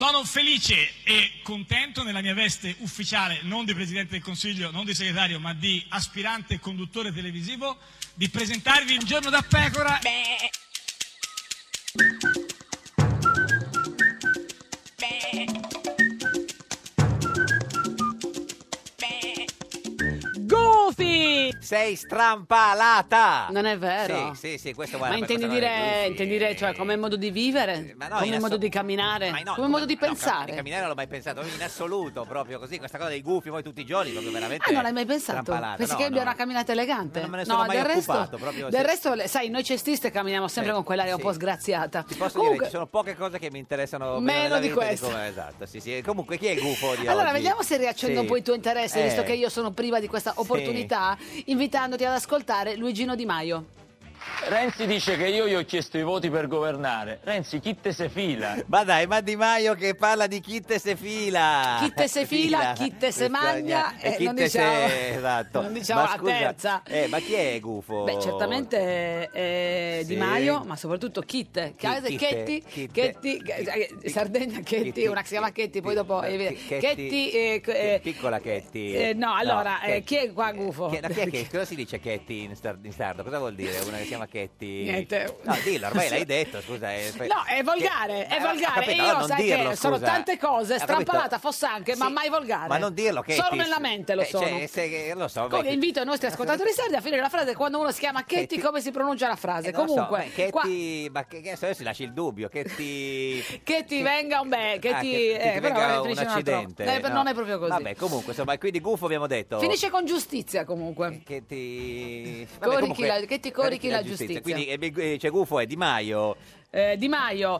Sono felice e contento nella mia veste ufficiale, non di Presidente del Consiglio, non di segretario, ma di aspirante conduttore televisivo, di presentarvi Un giorno da pecora. Goofy! Sei strampalata! Non è vero? Sì, questo Ma guarda. intendi dire, cioè, come modo di vivere? Ma no, come modo di camminare? Ma no, come modo di no, pensare? di camminare non l'ho mai pensato, in assoluto, proprio così, questa cosa dei gufi poi tutti i giorni, proprio veramente. Ah, non l'hai mai pensato? strampalata. Pensi No, che abbia no. una camminata elegante? Non me ne sono mai occupato, proprio del sì. resto, sai, noi cestiste camminiamo sempre con quell'aria un sì. po' sgraziata. Ti posso Comunque, dire, ci sono poche cose che mi interessano meno nella di vita questo. Esatto, sì. Comunque, chi è il gufo di allora, oggi? vediamo se riaccendo un po' il tuo interesse, visto che io sono priva di questa opportunità, invitandoti ad ascoltare Luigino Di Maio. Renzi dice che io gli ho chiesto i voti per governare. Renzi, chi te se fila? Ma dai, ma Di Maio che parla di chi te se fila. Chi te se fila, chi te se magna, e chi non te diciamo, se... Esatto. non diciamo Ma la scusa, terza. Ma chi è gufo? Beh, certamente Di Sì. Maio, ma soprattutto Chitte. Chetti, Sardegna Chetti, Chetti. una che si chiama Chetti, poi dopo Chetti, piccola Chetti. no, allora, Chetti. chi è qua gufo? Chi è che cosa si dice Chetti in sardo? Cosa vuol dire? Una che si chiama Chetti? Niente. No, dillo, ormai l'hai detto, scusa. No, è volgare, è volgare. Capito, E allora io non sai dirlo, che sono scusa. tante cose, Ho capito. strampalata fosse anche, ma Sì, mai volgare. Ma non dirlo, Chetti. Solo nella mente lo sono. Lo so. Comunque invito i nostri ascoltatori sardi a finire la frase quando uno si chiama Chetti, come si pronuncia la frase. Non lo so, Comunque, Chetti, ma che adesso si lasci il dubbio, che ti venga un bel, che ti venga però un finisce altro. accidente. No. Non è proprio così. Vabbè, comunque, insomma, quindi gufo abbiamo detto. Finisce con giustizia comunque. Che ti Che ti corichi la giustizia. Quindi c'è gufo è Di Maio. Di Maio,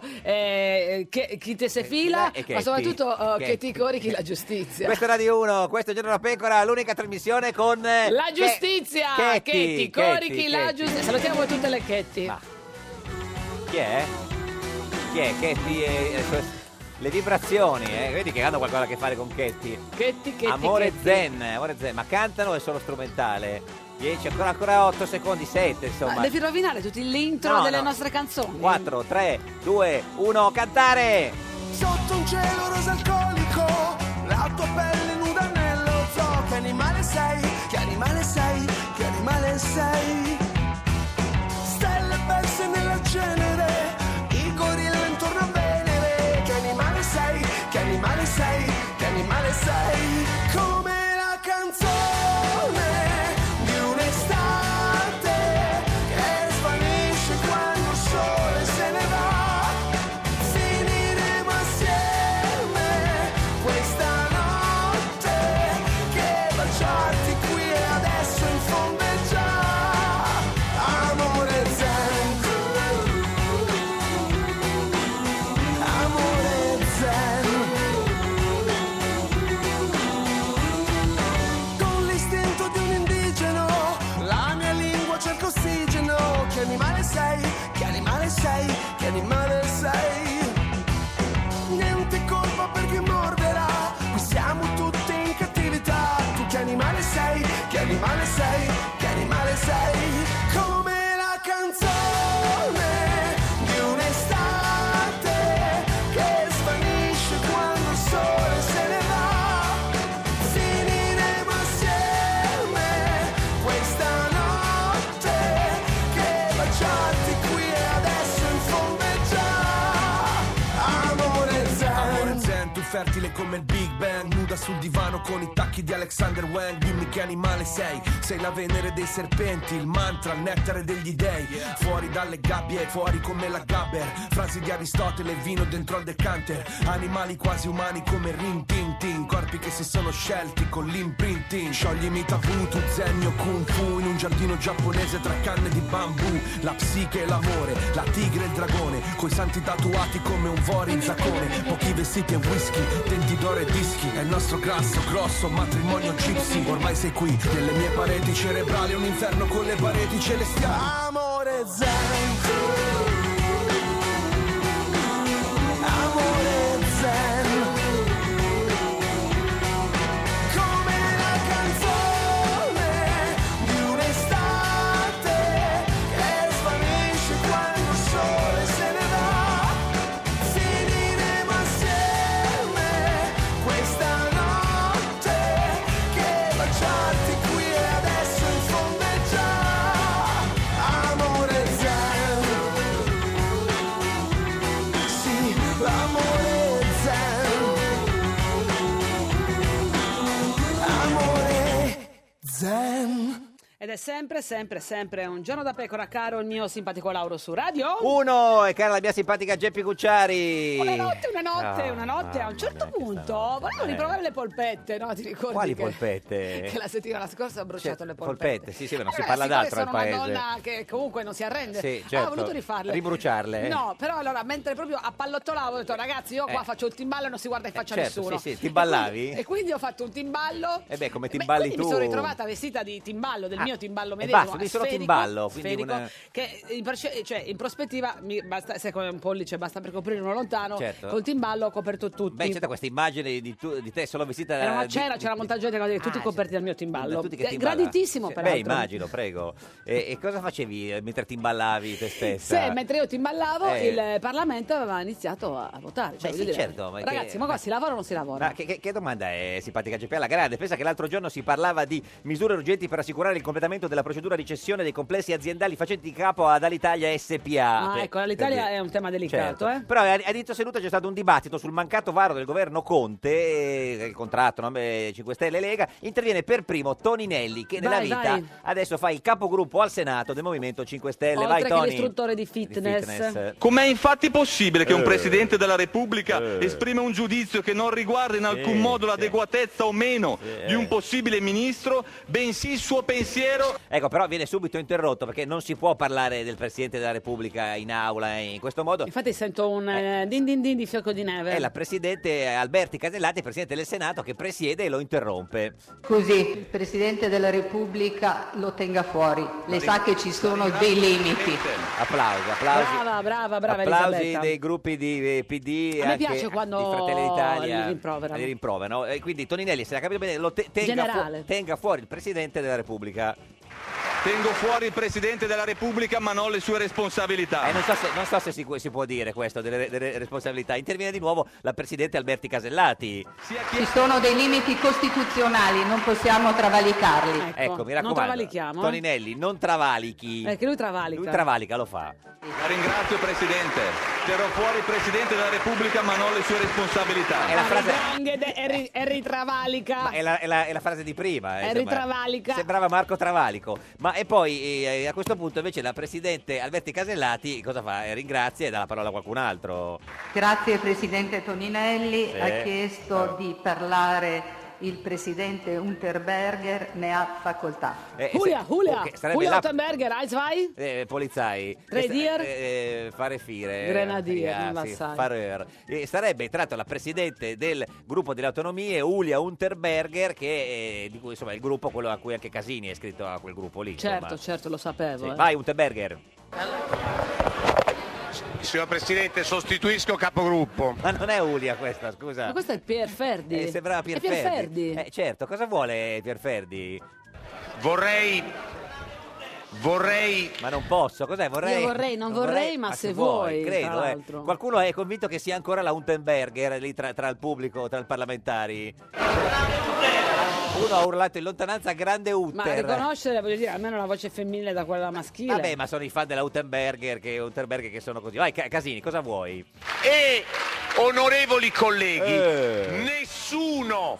chi te se fila, E ma soprattutto Chetti. che ti corichi la giustizia. Questo è Radio 1, questo è Giorno da Pecora, l'unica trasmissione con La giustizia! Che ti corichi la giustizia. Salutiamo tutte le Chetti. Ma chi è? Chi è? Chetti le vibrazioni, vedi che hanno qualcosa a che fare con Chetti. Chetti. Amore Zen, ma cantano o è solo strumentale? 10, ancora 8 secondi, 7 insomma. Ma devi rovinare tutti l'intro delle nostre canzoni. 4, 3, 2, 1, cantare! Sotto un cielo rosa alcolico, la tua pelle nuda nello zoo. Che animale sei? Che animale sei? Che animale sei? Stelle perse nella cenere, i gorilla intorno a Venere. Che animale sei? Che animale sei? Che animale sei? Come la canzone di un'estate che svanisce quando il sole se ne va. Finiremo assieme questa notte, che baciarti qui e adesso in fondo è già amore zen. Amore zen. Con l'istinto di un indigeno, la mia lingua cerca ossigeno. Che animale sei? Che animale sei? Che animale sei? Niente colpa perché morderà, qui siamo tutti in cattività. Tu che animale sei? Che animale sei? Che animale sei? Come la canzone di un'estate che svanisce quando il sole se ne va. Finiremo assieme questa notte, che baciarti qui e adesso in fondo è già amore zen. Amore zen, tu fertile come il Big Bang, nuda sul divano con i tacchi di Alexander Wang. Dimmi che animale sei, sei la Venere dei serpenti, il mantra, il nettare degli dei. Fuori dalle gabbie, fuori come la Gabber, frasi di Aristotele, vino dentro al decanter. Animali quasi umani come Rin Tin Tin, corpi che si sono scelti con l'imprinting. Scioglimi tabù, tu zen o kung fu, in un giardino giapponese tra canne di bambù. La psiche e l'amore, la tigre e il dragone, coi santi tatuati come un vori in zaccone. Pochi vestiti e whisky, denti d'oro e dischi, è il nostro grasso, grosso matrimonio gypsy. Ormai sei qui, nelle mie pareti cerebrali, un inferno con le pareti celestiali. Amore zen. Amore zen. Come la canzone di un'estate che svanisce quando il sole se ne va. Finiremo assieme zen. Ed è sempre un giorno da pecora, caro il mio simpatico Lauro su radio. Uno, e cara la mia simpatica Geppi Cucciari. Una notte, a un certo punto volevo riprovare le polpette, no? Ti ricordi? Quali che, polpette? Che la settimana scorsa ho bruciato Cioè, le polpette. sì, ma non si Allora, parla siccome d'altro al sono paese. una donna che comunque non si arrende, Sì, certo. ho voluto rifarle. Ribruciarle? No, però allora, mentre proprio appallottolavo, ho detto ragazzi, io qua faccio il timballo e non si guarda in faccia a certo, nessuno. sì, timballavi? E quindi ho fatto un timballo. E come timballi quindi tu? mi sono ritrovata vestita di timballo, del mio timballo e medesimo. basta, quindi solo sferico, timballo, quindi sferico, una- che in prospettiva mi basta, se come un pollice basta per coprire uno lontano, Certo. col timballo ho coperto tutti. Beh, c'è questa immagine di te solo vestita Era una di- cena, c'era molta gente, tutti Ah, coperti dal mio timballo. tutti che timballa. Graditissimo, Sì, peraltro. Beh, immagino, prego. E cosa facevi mentre timballavi te stessa? Se mentre io timballavo Eh. il Parlamento aveva iniziato a votare. Cioè, Beh, voglio sì, dire, certo, ma ragazzi, che- ma qua si lavora o non si lavora? Ma che domanda è simpatica GP alla grande? Pensa che l'altro giorno si parlava di misure urgenti per assicurare il completamento della procedura di cessione dei complessi aziendali facenti capo ad Alitalia SPA. Ah, ecco, l'Italia è un tema delicato, Certo. Però a inizio seduta c'è stato un dibattito sul mancato varo del governo Conte, il contratto 5 Stelle e Lega. Interviene per primo Toninelli, che nella Vai, vita vai. adesso fa il capogruppo al Senato del Movimento 5 Stelle. Oltre Vai che Toni. l'istruttore di fitness. Com'è infatti possibile che un Presidente della Repubblica esprima un giudizio che non riguarda in alcun modo l'adeguatezza o meno di un possibile ministro, bensì il suo pensiero? Ecco, però viene subito interrotto perché non si può parlare del Presidente della Repubblica in aula in questo modo. Infatti sento un din din din di fiocco di neve. È la Presidente Alberti Casellati, Presidente del Senato, che presiede e lo interrompe. Così il Presidente della Repubblica lo tenga fuori. Lei sa che ci sono dei limiti. Applausi. Brava Applausi Elisabetta. dei gruppi di PD e A me anche piace quando di Fratelli d'Italia. li rimproverano. E quindi Toninelli, se la capito bene, Generale. tenga fuori il Presidente della Repubblica. Tengo fuori il Presidente della Repubblica ma non le sue responsabilità. Non so se si può dire questo delle responsabilità. Interviene di nuovo la Presidente Alberti Casellati. Ci sono dei limiti costituzionali, non possiamo travalicarli. Ecco, mi raccomando. non travalichiamo. Toninelli, non travalichi. Perché lui travalica. Lui travalica, lo fa. La ringrazio Presidente. Terrò fuori il Presidente della Repubblica ma non le sue responsabilità. È la frase, È ritravalica. ma è la frase di prima. È insomma. ritravalica. Sembrava Marco Travalico. Ma e poi a questo punto invece la Presidente Alberti Casellati cosa fa? Ringrazia e dà la parola a qualcun altro. Grazie Presidente Toninelli, Sì. ha chiesto di parlare il Presidente Unterberger, ne ha facoltà. Julia, che sarebbe Julia la- Ottenberger, Eiswei? Polizai. Grenadier? Fare fire. Grenadier, non la sì, sai. Fareur. Sarebbe tra l'altro la Presidente del gruppo delle autonomie, Julia Unterberger, che di cui insomma è il gruppo quello a cui anche Casini è iscritto a quel gruppo lì. insomma. Certo, lo sapevo. Sì. Vai Unterberger. Signor Presidente, sostituisco capogruppo. Ma non è Julia questa, scusa. Ma questo è Pierferdi. Sembrava È Pierferdi. Pierferdi. Certo, cosa vuole Pierferdi? Vorrei Ma non posso, cos'è? Io vorrei, non vorrei, ma se vuoi, tra credo. l'altro. Qualcuno è convinto che sia ancora la Unterberger lì tra il pubblico, tra i parlamentari. Uno ha urlato in lontananza grande Utter. Ma riconoscere, voglio dire, almeno la voce femminile da quella maschile. Vabbè, ma sono i fan della Unterberger che sono così. Vai Casini, cosa vuoi? E, onorevoli colleghi, Sì.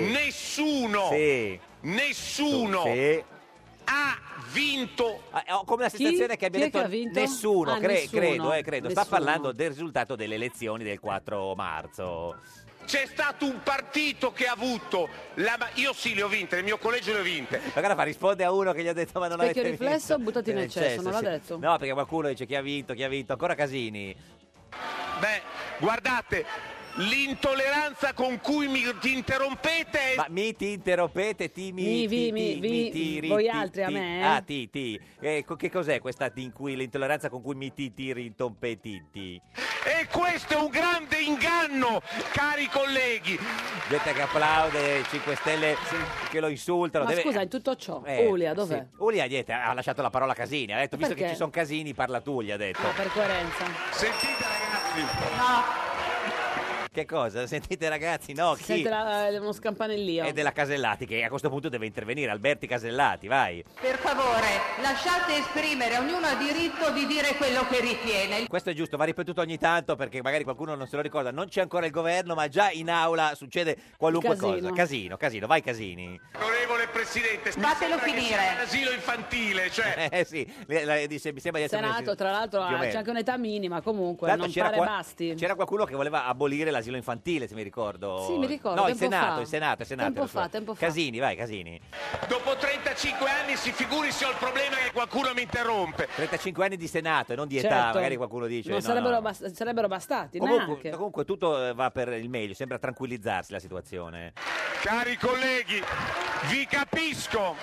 nessuno Sì. ha vinto. Ho come la sensazione che abbia Chi è detto che ha vinto? nessuno, Ah, nessuno. credo. Sta Nessuno. parlando del risultato delle elezioni del 4 marzo. C'è stato un partito che ha avuto io sì le ho vinte, il mio collegio le ho vinte. Magari risponde a uno che gli ha detto ma non Specchio avete riflesso, vinto. buttati nel cesso, non l'ha detto? No, perché qualcuno dice chi ha vinto, ancora Casini. Beh, guardate, l'intolleranza con cui mi interrompete è... Ma mi ti interrompete, voi altri a me? Ah, ti. Che cos'è questa l'intolleranza con cui mi ti rintompetiti? E questo è un grande inganno, cari colleghi. Gente che applaude, 5 Stelle che lo insultano. Ma scusa, in tutto ciò, Ulia, dov'è? Sì. Ulia, niente, ha lasciato la parola a Casini. Ha detto, visto Perché? che ci sono Casini, parla tu, gli ha detto. No, per coerenza. Sentite ragazzi. No, Che cosa? Sentite ragazzi, no, chi? Sente uno scampanellio. È della Casellati, che a questo punto deve intervenire. Alberti Casellati, vai. per favore, lasciate esprimere, ognuno ha diritto di dire quello che ritiene. Questo è giusto, va ripetuto ogni tanto perché magari qualcuno non se lo ricorda. Non c'è ancora il governo, ma già in aula succede qualunque Casino. cosa. Casino, vai Casini. Onorevole Presidente. Fatelo finire. L'asilo infantile, cioè. Sì, dice, mi sembra di essere Senato, tra l'altro, più o meno. c'è anche un'età minima, comunque, Tanto non pare basti. c'era qualcuno che voleva abolire l'asilo infantile, se mi ricordo. Sì, mi ricordo, No, il tempo Senato, fa. il Senato. Tempo fa, tempo fa. Casini, vai, Casini. Dopo 35 anni si figuri se ho il problema che qualcuno mi interrompe. 35 anni di Senato e non di età, Certo. magari qualcuno dice. Non no, sarebbero, no. sarebbero bastati, Comunque, neanche. tutto va per il meglio, sembra tranquillizzarsi la situazione. Cari colleghi, vi capisco,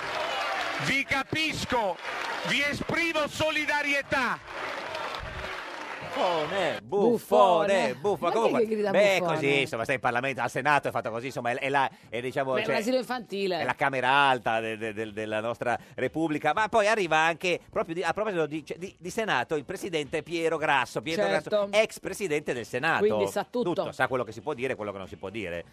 vi esprimo solidarietà. Buffone. Ma Comunque, chi è che grida beh, buffone? così, insomma, stai in Parlamento, al Senato è fatto così, insomma, diciamo, Beh, cioè, l'asilo infantile. è la Camera Alta della nostra Repubblica, ma poi arriva anche, proprio a proposito di Senato, il presidente Piero Grasso, Certo. ex presidente del Senato. Quindi sa tutto. Sa quello che si può dire e quello che non si può dire.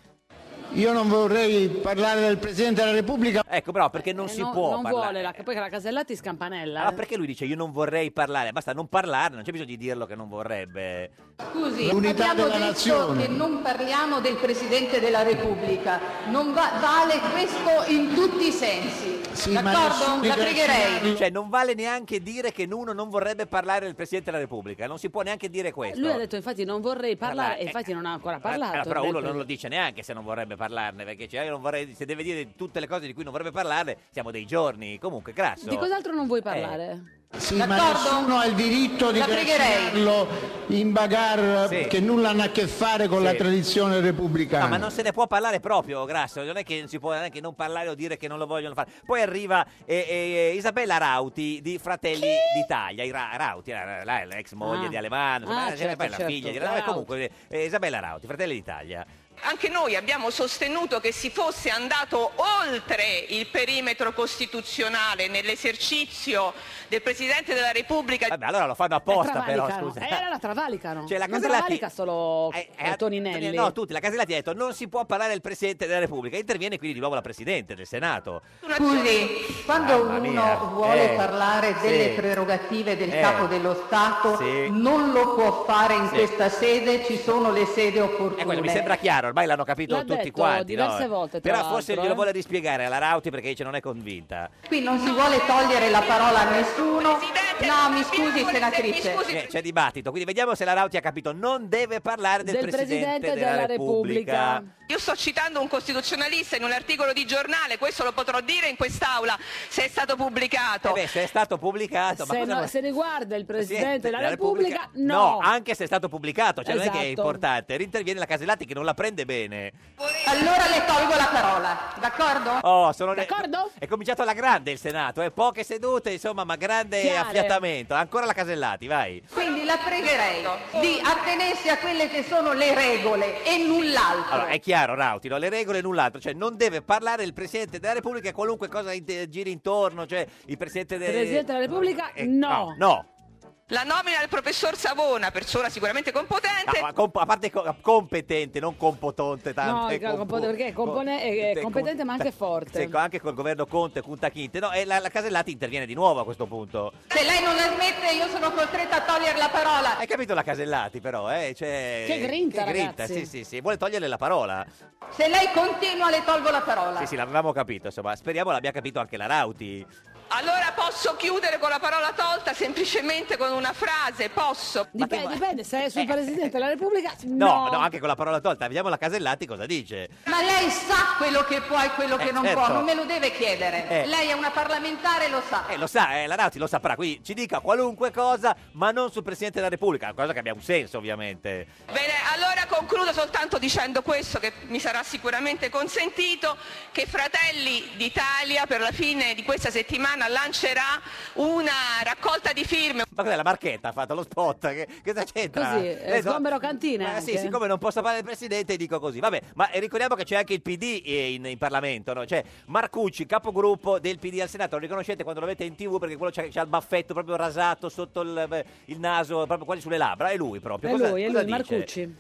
Io non vorrei parlare del Presidente della Repubblica. Ecco, però, perché non si può non parlare. vuole, poi che la Casellati scampanella. Ma perché lui dice io non vorrei parlare, basta non parlarne, non c'è bisogno di dirlo che non vorrebbe. Scusi, L'unità abbiamo della detto nazione. che non parliamo del Presidente della Repubblica. Non vale questo in tutti i sensi. Sì, ma D'accordo? nessuno La deve pregherei. accinarlo. Cioè non vale neanche dire che uno non vorrebbe parlare del Presidente della Repubblica, non si può neanche dire questo. Lui ha detto infatti non vorrei parlare, Parlare, e infatti non ha ancora parlato. Però uno per non cui- lo dice neanche se non vorrebbe parlarne, perché cioè, io non vorrei, se deve dire tutte le cose di cui non vorrebbe parlarne, siamo dei giorni. Comunque, Grasso. Di cos'altro non vuoi parlare? Sì, ma D'accordo? nessuno ha il diritto di La pregherei. trascinarlo in bagarre Sì. che nulla hanno a che fare con Sì. la tradizione repubblicana. No, ma non se ne può parlare proprio, Grasso. Non è che si può neanche non parlare o dire che non lo vogliono fare. Poi arriva Isabella Rauti di Fratelli d'Italia. Rauti, l'ex moglie Ah. di Alemanno, insomma, Certo, poi la certo. figlia di La Rauti. comunque Isabella Rauti, Fratelli d'Italia. Anche noi abbiamo sostenuto che si fosse andato oltre il perimetro costituzionale nell'esercizio del Presidente della Repubblica. Vabbè, allora lo fanno apposta, però, Travalicano. scusa. Era la travalicano. Cioè, la non Casellati- travalica solo Toninelli. No, tutti. La Casellati ha detto non si può parlare del Presidente della Repubblica. Interviene quindi di nuovo la Presidente del Senato. Scusi, quando Mamma uno mia. vuole parlare delle Sì. prerogative del Eh. Capo dello Stato, Sì. non lo può fare in Sì. questa sede, ci sono le sedi opportune. Quello mi sembra chiaro, ormai l'hanno capito L'ha tutti detto quanti. diverse no? volte, tra Però forse l'altro, glielo vuole rispiegare alla Rauti perché dice non è convinta. Qui non si vuole togliere la parola a nessuno. Presidente, No, mi mi scusi scusi, senatrice. mi scusi. C'è dibattito, quindi vediamo se la Rauti ha capito. Non deve parlare del, Del Presidente della della Repubblica. Repubblica. Io sto citando un costituzionalista in un articolo di giornale, questo lo potrò dire in quest'Aula se è stato pubblicato. Se è stato pubblicato, ma Se, cosa no- vuole- se riguarda il Presidente Presidente della Repubblica, no. anche se è stato pubblicato, cioè non è che è Esatto. importante. Rinterviene la Casellati che non la prende bene. Allora le tolgo la parola, d'accordo? Oh, sono D'accordo? È cominciato alla grande il Senato, poche sedute, insomma, ma grande Chiare. affiatamento. Ancora la Casellati, vai. Quindi la pregherei di attenersi a quelle che sono le regole e null'altro. Allora, è chiaro, Rauti, no? Le regole e null'altro, cioè non deve parlare il Presidente della Repubblica e qualunque cosa giri intorno, cioè il Presidente Presidente della Repubblica, no. No. La nomina del professor Savona, persona sicuramente competente. No, ma a parte competente, non compotonte tanto. No, perché è competente ma anche forte. Sì, anche col governo Conte, Kunta Kinte. No, e la Casellati interviene di nuovo a questo punto. Se lei non la smette io sono costretta a togliere la parola. Hai capito la Casellati però, eh? Cioè, Che grinta, ragazzi. Sì, vuole toglierle la parola. Se lei continua le tolgo la parola. Sì, l'avevamo capito, insomma, speriamo l'abbia capito anche la Rauti. Allora posso chiudere con la parola tolta semplicemente con una frase, posso? Dipende, se è sul Presidente della Repubblica, No, anche con la parola tolta. Vediamo la Casellati cosa dice. Ma lei sa quello che può e quello che non certo. può, non me lo deve chiedere. Eh. Lei è una parlamentare e lo sa. Lo sa, la Rauti lo saprà, quindi ci dica qualunque cosa, ma non sul Presidente della Repubblica, cosa che abbia un senso ovviamente. Bene, allora concludo soltanto dicendo questo, che mi sarà sicuramente consentito, che Fratelli d'Italia per la fine di questa settimana lancerà una raccolta di firme. Ma cos'è la marchetta? Ha fatto lo spot? Che cosa c'entra? Così, sgombero cantine Ma sì, anche. siccome non posso parlare del Presidente dico così. Vabbè, ma ricordiamo che c'è anche il PD in Parlamento, no? C'è Marcucci, capogruppo del PD al Senato, lo riconoscete quando lo vedete in TV perché quello c'ha il baffetto proprio rasato sotto il naso, proprio quasi sulle labbra, è lui proprio. È Cosa lui, dice? Marcucci.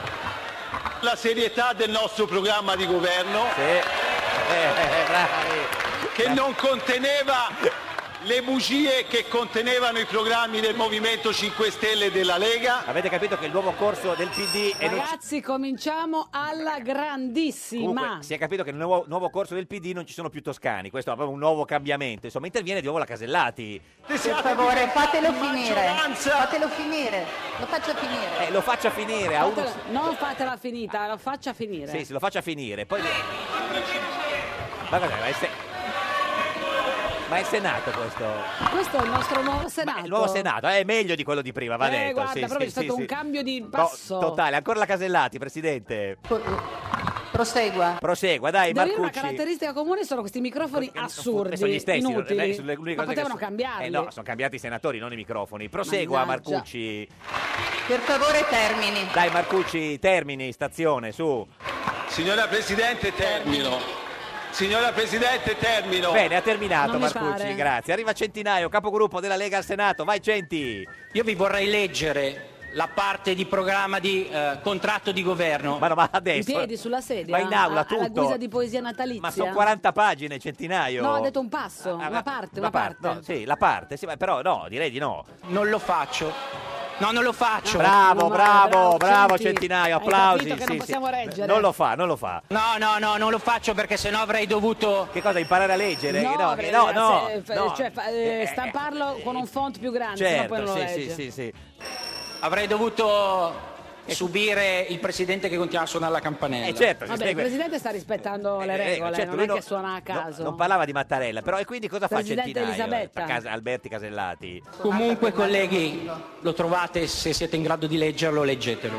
La serietà del nostro programma di governo bravi. che non conteneva le bugie che contenevano i programmi del Movimento 5 Stelle e della Lega. Avete capito che il nuovo corso del PD è Ragazzi, cominciamo alla grandissima. Comunque, si è capito che nel nuovo corso del PD non ci sono più toscani, questo è proprio un nuovo cambiamento. Insomma, interviene di nuovo la Casellati. Per favore, fatelo finire. Fatelo finire. Lo faccia finire. Lo faccia finire. A uno... Non fatela finita, lo faccia finire. Sì, lo faccia finire. Poi... Ma cos'è? Ma è il Senato questo? Questo è il nostro nuovo Senato. Il nuovo Senato è meglio di quello di prima, va detto. Guarda, sì, proprio sì, c'è stato sì, un cambio di passo. Totale, ancora la Casellati, Presidente. Prosegua. Prosegua, dai, Devo dire, una Marcucci. caratteristica comune sono questi microfoni assurdi, Sono gli stessi, inutili. sono le uniche Ma cose che potevano cambiarli. no, sono cambiati i senatori, non i microfoni. Prosegua, Mannaggia. Marcucci. Per favore, termini. Dai, Marcucci, termini, stazione, su. Signora Presidente, termino. Signora Presidente, termino. Bene, ha terminato Non mi Marcucci, pare. grazie. Arriva Centinaio, capogruppo della Lega al Senato. Vai, Centi. Io vi vorrei leggere la parte di programma di contratto di governo. Ma In adesso. piedi sulla sedia. Ma in aula, alla tutto. guisa di poesia natalizia. Ma sono 40 pagine, Centinaio. No, ha detto un passo, una parte. No, sì, la parte, sì, ma però no, direi di no. Non lo faccio. No, non lo faccio. Bravo, bravo, bravo Centi. Centinaio, Hai applausi. capito che non possiamo reggere? Non lo fa, non lo fa. No, non lo faccio perché sennò avrei dovuto... Che cosa, imparare a leggere? No, no. cioè, stamparlo con un font più grande, sennò poi Certo, non lo sì, legge. sì. Avrei dovuto subire il presidente che continua a suonare la campanella. Certo, Vabbè, il Presidente sta rispettando le regole, certo, non lui è che suona a caso. Non parlava di Mattarella, però e quindi cosa fa Presidente Centinaio? Elisabetta. Alberti Casellati. Comunque, colleghi, lo trovate, se siete in grado di leggerlo, leggetelo.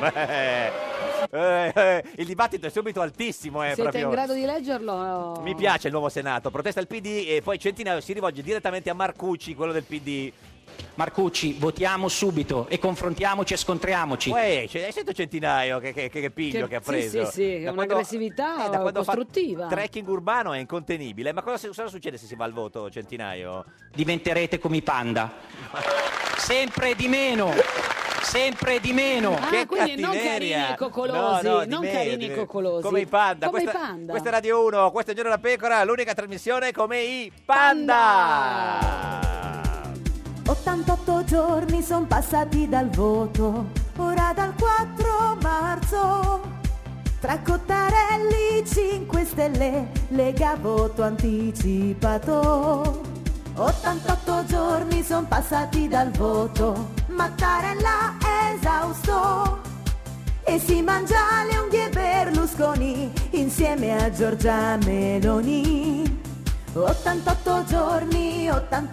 Il dibattito è subito altissimo, Siete proprio. in grado di leggerlo? Mi piace il nuovo Senato, protesta il PD e poi Centinaio si rivolge direttamente a Marcucci, quello del PD. Marcucci, votiamo subito e confrontiamoci e scontriamoci. Hai sentito Centinaio che piglio che ha preso? Sì, Da un'aggressività da quando costruttiva. fa trekking urbano è incontenibile. Ma cosa succede se si va al voto, Centinaio? Diventerete come i panda. Sempre di meno. Sempre di meno. Ah, quindi non carini e coccolosi, No, non carini e coccolosi. Come i panda. Come questa, i panda. Questa è Radio 1, questo è Giorno da Pecora, l'unica trasmissione come i panda. 88 giorni son passati dal voto, ora dal 4 marzo. Tra Cottarelli, 5 Stelle, Lega voto anticipato. 88 giorni son passati dal voto, Mattarella è esausto e si mangia le unghie Berlusconi insieme a Giorgia Meloni. 88 giorni,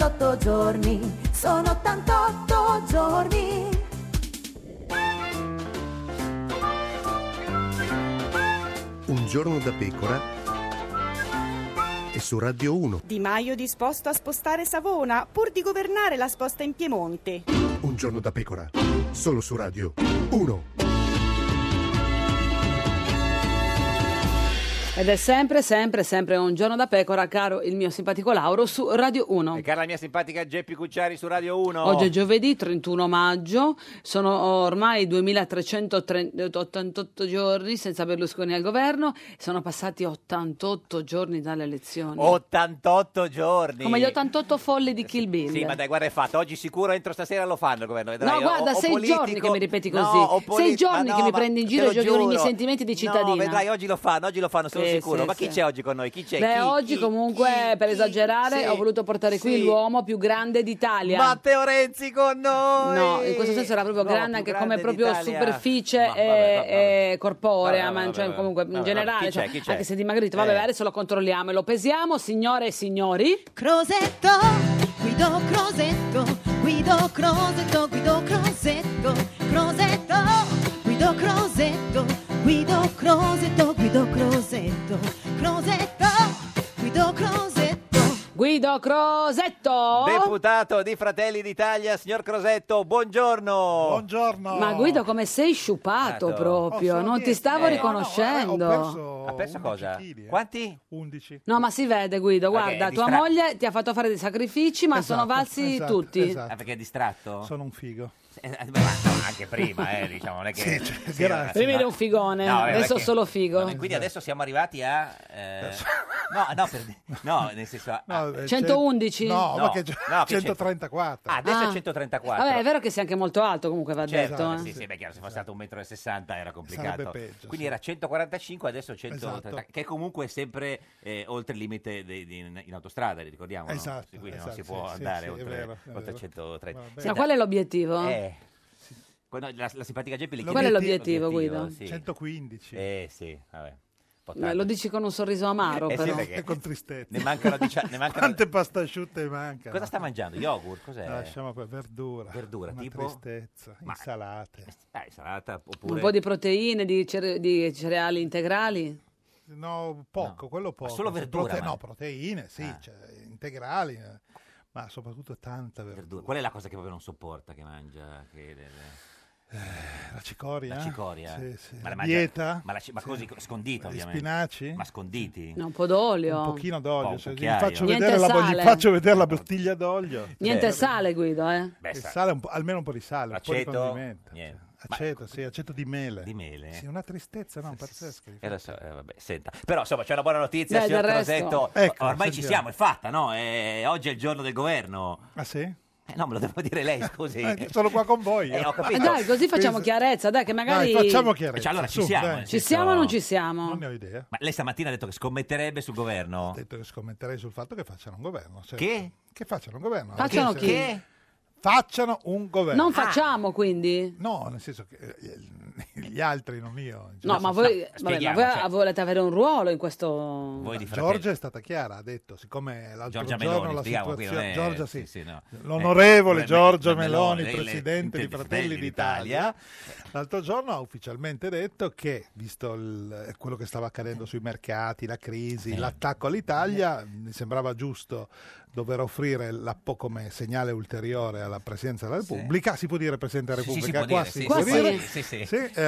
sono 88 giorni. Un giorno da pecora e su Radio 1. Di Maio disposto a spostare Savona pur di governare la sposta in Piemonte. Un giorno da pecora, solo su Radio 1. Ed è sempre un giorno da pecora, caro il mio simpatico Lauro, su Radio 1. E cara la mia simpatica Geppi Cucciari su Radio 1. Oggi è giovedì 31 maggio, sono ormai 2388 giorni senza Berlusconi al governo, sono passati 88 giorni dalle elezioni. 88 giorni. Come gli 88 folli di Kill Bill. Sì, ma dai, guarda, è fatto. Oggi sicuro entro stasera lo fanno il governo. Vedrai. No, guarda, O 6 politico... giorni che mi ripeti così. No, 6 giorni che mi prendi in giro e giochi con i miei sentimenti di cittadina. No, vedrai, oggi lo fanno, sono sicuro. Ma chi c'è oggi con noi? Chi c'è? Beh, oggi comunque, per esagerare, ho voluto portare qui l'uomo più grande d'Italia. Matteo Renzi con noi! No, in questo senso era proprio grande anche come proprio superficie e corporea, ma cioè, comunque in generale, chi c'è? anche se dimagrito. Vabbè, adesso lo controlliamo e lo pesiamo, signore e signori. Crosetto, Guido Crosetto, Guido Crosetto, Guido Crosetto, Crosetto, Guido Crosetto, Guido Crosetto, Guido Crosetto, Crosetto, Guido Crosetto. Guido Crosetto, deputato di Fratelli d'Italia, signor Crosetto, buongiorno. Buongiorno. Ma Guido, come sei sciupato proprio, non ti stavo riconoscendo. Ha perso cosa? Quanti? 11. No, ma si vede, Guido, guarda, è tua moglie ti ha fatto fare dei sacrifici, ma sono valsi tutti. Ah, perché è distratto? Sono un figo. Anche prima, diciamo, non è che... Prima era un figone, adesso solo figo. Quindi adesso siamo arrivati a... nel senso... 111? No, perché 134. Adesso è 134. Vabbè, è vero che sei anche molto alto, comunque va detto. Sì, beh, chiaro, se fosse stato 1,60 m era complicato. Sarebbe peggio, Quindi era 145, adesso 130, che comunque è sempre oltre il limite in autostrada, ricordiamo. Esatto, Quindi non si può andare oltre 130. Ma qual è l'obiettivo? La simpatica Geppi Qual è l'obiettivo, Guido? 115. Sì, vabbè. Lo dici con un sorriso amaro, però. E con tristezza. Ne mancano Quante pasta asciutte mancano? Cosa sta mangiando? Yogurt? Cos'è? Lasciamo poi verdura. Una tipo? tristezza. Insalate. Insalata oppure... Un po' di proteine, di cereali integrali? No, poco, quello poco. Ma solo verdura? No, proteine, sì, integrali, ma soprattutto tanta verdura. Qual è la cosa che proprio non sopporta che mangia? La cicoria? La cicoria? Sì. Ma la dieta? Ma così, scondita Gli ovviamente. spinaci? Ma sconditi? Un po' d'olio? Un pochino d'olio. Gli faccio Niente vedere la bottiglia d'olio. Niente sale, Guido, Il sale, almeno un po' di sale, un po' di Aceto? condimento. Niente. Aceto di mele. Di mele? Sì, una tristezza, no, pazzesca. Vabbè, senta. Però insomma c'è una buona notizia, Dai, signor del resto. Crosetto. Ecco, ormai ci sentiamo. siamo, è fatta, no? Oggi è il giorno del governo. Ah sì? No, me lo devo dire lei, scusi. Sono qua con voi. Ho capito. Dai, così facciamo chiarezza, dai, che magari... Dai, facciamo chiarezza. Cioè, allora ci su, siamo. dai. nel Ci senso- siamo o non ci siamo? Non ne ho idea. Ma lei stamattina ha detto che scommetterebbe sul governo? Ho detto che scommetterei sul fatto che facciano un governo. Certo. Che? Che facciano un governo. Facciano Perché chi? se- Facciano un governo. Non facciamo, quindi? No, nel senso che gli altri, non io. No, ma voi, vabbè, ma spieghiamo, voi cioè- volete avere un ruolo in questo... Voi di Fratelli. Giorgia è stata chiara, ha detto, siccome l'altro Giorgia giorno Meloni, la spieghiamo qui, situazione... non è- Giorgia sì, sì, no. l'onorevole Giorgia Meloni, Meloni, presidente di Fratelli d'Italia, l'altro giorno ha ufficialmente detto che, visto quello che stava accadendo sui mercati, la crisi, l'attacco all'Italia, mi sembrava giusto dover offrire come segnale ulteriore alla Presidenza della Repubblica, si può dire Presidente della Sì, Repubblica, si può qua dire, si sì, può sì, dire,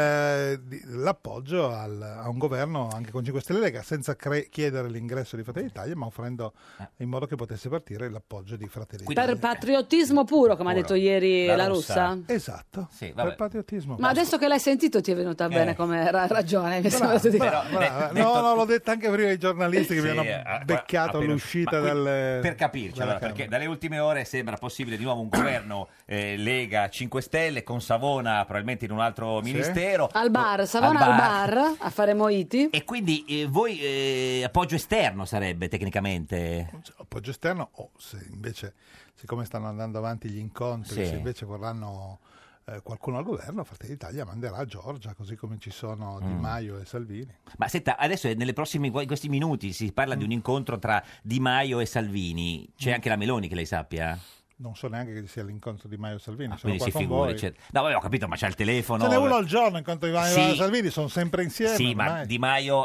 sì. l'appoggio a un governo anche con 5 Stelle Lega, senza chiedere l'ingresso di Fratelli d'Italia, ma offrendo in modo che potesse partire l'appoggio di Fratelli d'Italia. Per patriottismo puro, come ha detto ieri la Russa? Esatto, Sì, per patriottismo. Ma adesso che l'hai sentito ti è venuta bene come ragione, mi sembra di dire. No, l'ho detto anche prima ai giornalisti che Sì, mi hanno beccato appena all'uscita uscito. Ma dalle... per capirci, dalla allora, perché dalle ultime ore sembra possibile di nuovo un governo Lega 5 Stelle con Savona probabilmente in un altro ministero. Al bar, Savona al bar, a fare moiti. E quindi voi appoggio esterno sarebbe tecnicamente? Appoggio esterno o se invece, siccome stanno andando avanti gli incontri, Sì. se invece vorranno qualcuno al governo, Fratelli d'Italia manderà Giorgia, così come ci sono Di Maio e Salvini. Ma senta, adesso in questi minuti si parla di un incontro tra Di Maio e Salvini. C'è anche la Meloni, che lei sappia? Non so neanche che sia l'incontro di Maio e Salvini, sono Quindi qua si con figuri. voi. No, vabbè, ho capito, ma c'è il telefono. Ce n'è uno al giorno incontro di Maio Sì. e Salvini, sono sempre insieme. Sì, ma ormai. Di Maio,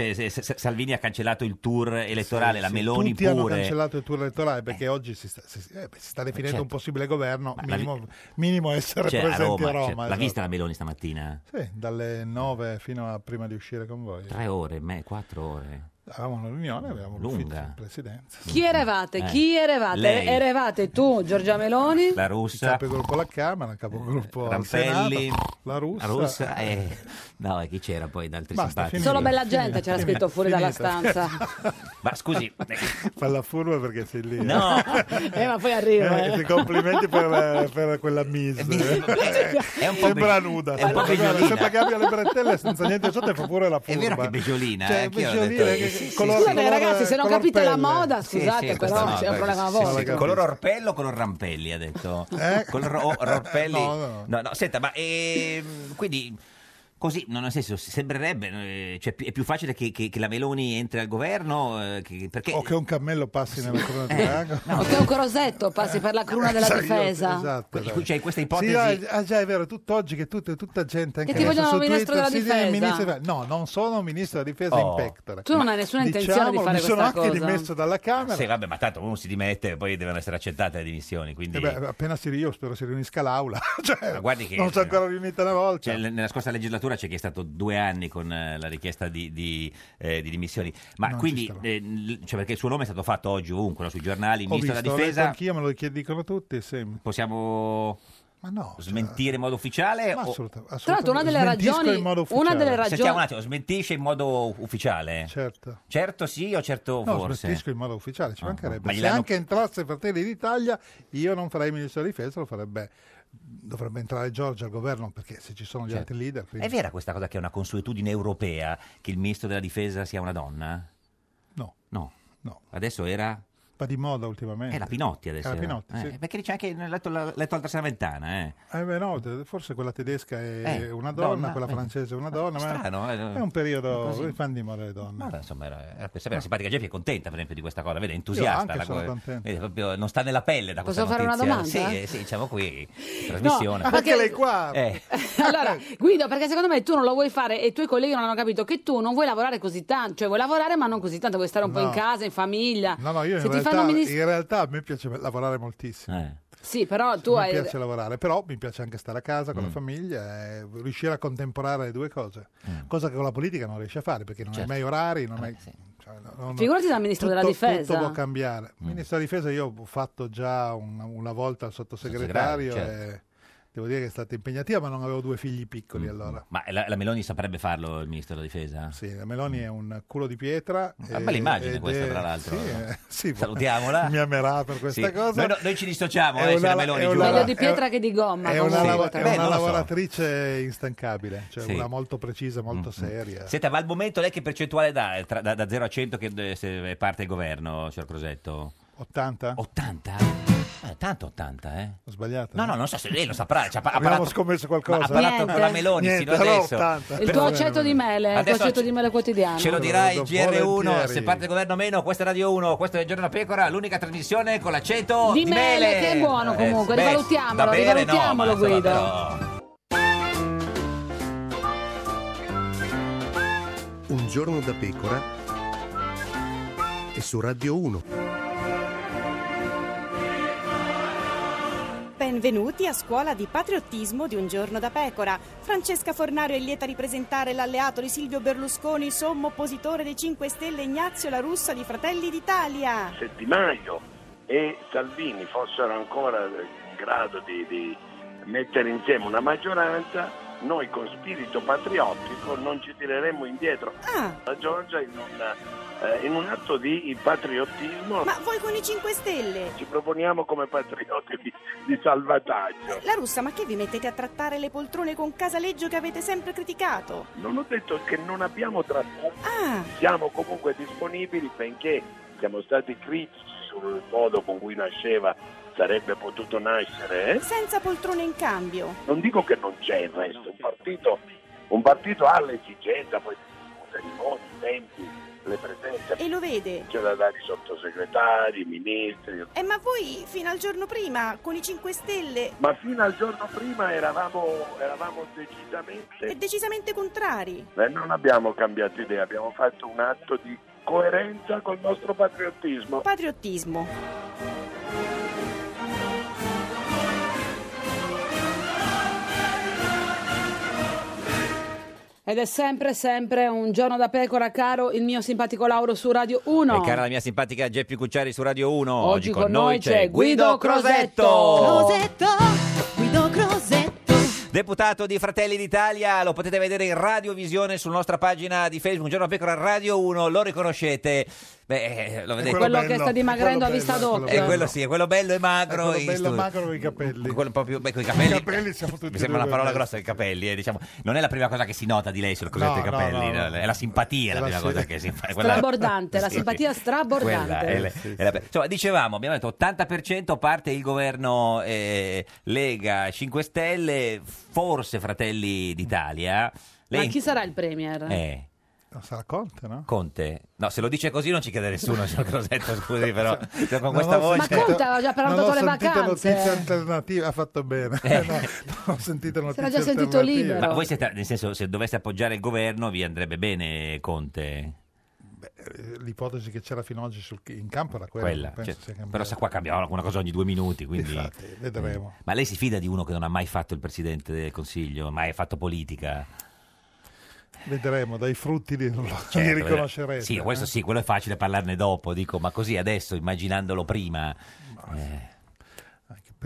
Salvini ha cancellato il tour elettorale, Sì, la sì, Meloni tutti hanno pure. cancellato il tour elettorale perché oggi si sta definendo certo. un possibile governo, Ma minimo essere Cioè, presenti a Roma. L'ha esatto. vista la Meloni stamattina? Sì, dalle 9 fino a prima di uscire con voi. 3 ore, 4 ore. Avevamo una riunione, avevamo l'ufficio Lunga. di presidenza. Chi eravate? Chi eravate? Lei. Eravate tu, Giorgia Meloni? La Il Russa, capogruppo alla Camera, il capogruppo al Rampelli, Senato, la Russa. No, e chi c'era poi d'altri Basta, simpatici? Solo bella gente c'era scritto fuori dalla stanza. Ma scusi, Fa la furba perché sei lì. no, Ma poi arriva. Complimenti per quella Miss. è un po' Sembra nuda. è un po' Guarda, beggiolina. sembra che abbia le bretelle senza niente sotto e fa pure la È furba. vero che è beggiolina, Cioè, anch'io ho beggiolina, detto- che- sì, color- Scusate color- ragazzi, se non color capite la pelle. moda, Sì, scusate, sì, però questo no, c'è un problema sì, vostro. sì, color orpello o color rampelli, ha detto? Color orpelli? No, senta, ma quindi... Così, nel senso, sembrerebbe, cioè, è più facile che la Meloni entri al governo, perché... O che un cammello passi nella cruna di drago. O che un crosetto passi per la cruna della difesa. Esatto. Cioè, in questa ipotesi... Sì, già è vero, tutt'oggi che tutta gente anche Che ti adesso vogliono su ministro Twitter della si dice difesa. ministro no, non sono ministro della difesa in pectore. Tu non hai nessuna intenzione di fare mi sono questa anche cosa. dimesso dalla Camera. Sì, vabbè, ma tanto uno si dimette e poi devono essere accettate le dimissioni, quindi... Appena io spero si riunisca l'aula. Cioè, Ma guardi che- non si è ancora riunita una volta. Cioè, nella scorsa legislatura c'è chi è stato 2 anni con la richiesta di dimissioni, ma Non quindi ci cioè perché il suo nome è stato fatto oggi ovunque, no? Sui giornali, Ho ministro visto, della ho letto difesa. anch'io, me lo dicono tutti. Sì. Possiamo Ma no. Smentire in modo ufficiale? Ma o... assolutamente. Tra l'altro una delle ragioni... Sentiamo un attimo, smentisce in modo ufficiale? Certo. Certo sì o certo No, forse? smentisco in modo ufficiale, ci mancherebbe. Ma Se gliel'hanno- anche entrasse Fratelli d'Italia, io non farei ministro della difesa, dovrebbe entrare Giorgia al governo, perché se ci sono gli Certo. altri leader... È vera questa cosa che è una consuetudine europea che il ministro della difesa sia una donna? No. No. No. Adesso era... Va di moda ultimamente. È la Pinotti adesso. È la era. Pinotti, sì. Perché c'è anche letto l'altra Salventana. No, forse quella tedesca è una donna, donna, quella francese è una donna, strano, ma è un periodo così. fanno di moda le donne. Ma insomma, era simpatica. Geppi è contenta, per esempio, di questa cosa, vede, entusiasta. Io anche sono contento. Vede, proprio non sta nella pelle da questa Posso fare una notizia. domanda? Sì, diciamo qui, trasmissione. No, perché lei qua. Allora, Guido, perché secondo me tu non lo vuoi fare e i tuoi colleghi non hanno capito che tu non vuoi lavorare così tanto, cioè vuoi lavorare ma non così tanto, vuoi stare un po' in casa, in famiglia. No, io Se in ti fanno realtà a me piace lavorare moltissimo. Sì, però tu Mi piace lavorare, però mi piace anche stare a casa con la famiglia e riuscire a contemperare le due cose, cosa che con la politica non riesci a fare perché non hai mai orari, non hai... Figurati da ministro della difesa. Tutto può cambiare. Ministro della difesa io ho fatto già una volta al sottosegretario Sottosegretario, e devo dire che è stata impegnativa, ma non avevo due figli piccoli allora. Ma la Meloni saprebbe farlo, il ministro della difesa? Sì, la Meloni è un culo di pietra. Una bella immagine questa, tra l'altro. Sì, salutiamola. Mi amerà per questa Sì. cosa. Noi ci dissociamo, È se una- la Meloni è giù. una- Meglio di pietra che di gomma. È comunque. una, non lo so. lavoratrice instancabile, cioè Sì. una molto precisa, molto seria. Senta, ma al momento lei che percentuale dà da 0 a 100 che se parte il governo, signor Crosetto? 80? 80? Tanto 80, Ho sbagliato? No, non so se lei lo saprà. Ha Abbiamo parlato, scommesso qualcosa? ha parlato con la Meloni Niente, sino allora adesso. 80. Il tuo accetto di mele, il tuo Adesso accetto di mele quotidiano. Ce lo dirà il GR1, volentieri. se parte il governo o meno. Questa è Radio 1, questo è Il Giorno da Pecora, l'unica trasmissione con l'aceto Di mele, che è buono comunque, beh, rivalutiamolo, da bere no, rivalutiamolo, ma insomma, Guido. però- Un giorno da pecora e su Radio 1. Benvenuti a Scuola di Patriottismo di Un Giorno da Pecora. Francesca Fornario è lieta di presentare l'alleato di Silvio Berlusconi, sommo oppositore dei 5 Stelle Ignazio La Russa di Fratelli d'Italia. Se Di Maio e Salvini fossero ancora in grado di mettere insieme una maggioranza, noi con spirito patriottico non ci tireremmo indietro. La Giorgia in un atto di patriottismo Ma voi con i 5 Stelle? ci proponiamo come patrioti di salvataggio. La Russa, ma che vi mettete a trattare le poltrone con Casaleggio che avete sempre criticato? Non ho detto che non abbiamo trattato, siamo comunque disponibili benché siamo stati critici sul modo con cui nasceva, sarebbe potuto nascere. Senza poltrone in cambio. Non dico che non c'è il resto, un partito ha l'esigenza, poi discute i modi, i tempi, le presenze. E lo vede. C'è da dare i sottosegretari, i ministri. Ma voi fino al giorno prima con i 5 Stelle Ma fino al giorno prima eravamo decisamente contrari. non abbiamo cambiato idea, abbiamo fatto un atto di coerenza col nostro patriottismo. Patriottismo. Ed è sempre un giorno da pecora, caro il mio simpatico Lauro su Radio 1. E cara la mia simpatica Geppi Cucciari su Radio 1. Oggi con noi c'è Guido Crosetto. Guido Crosetto. Deputato di Fratelli d'Italia, lo potete vedere in radiovisione sulla nostra pagina di Facebook, Un Giorno da Pecora Radio 1, lo riconoscete. Beh, lo vedete. Quello che sta dimagrendo a vista d'occhio. Quello sì, è quello bello e magro. Quello bello magro con i capelli. Quello proprio, con i capelli. I capelli siamo tutti Mi sembra due una parola belli. grossa, i capelli. Diciamo. Non è la prima cosa che si nota di lei sul cosetto No, i capelli, no. è la simpatia la prima cosa che si fa. Quella- Strabordante, la Sì. simpatia strabordante. Quella è la- Insomma, dicevamo, abbiamo detto 80% parte il governo Lega 5 Stelle, forse Fratelli d'Italia. Ma chi sarà il premier? Sarà Conte, no? Conte. No, se lo dice così non ci crede nessuno, signor Crosetto, scusi, però cioè, con questa Non ho voce... Ma Conte aveva già prenotato le Non ho sentito vacanze. notizie alternative, ha fatto bene. No, non ho sentito notizie era già sentito alternative. libero. Ma voi siete, nel senso, se doveste appoggiare il governo vi andrebbe bene Conte? L'ipotesi che c'era fino ad oggi in campo era quella. Quella, penso cioè, sia cambiata. però sa qua cambiava una cosa ogni 2 minuti, quindi... Infatti, vedremo. Ma lei si fida di uno che non ha mai fatto il Presidente del Consiglio, mai fatto politica? Vedremo, dai frutti li Certo, riconoscerete. Sì, questo sì, quello è facile parlarne dopo, dico, ma così adesso, immaginandolo prima...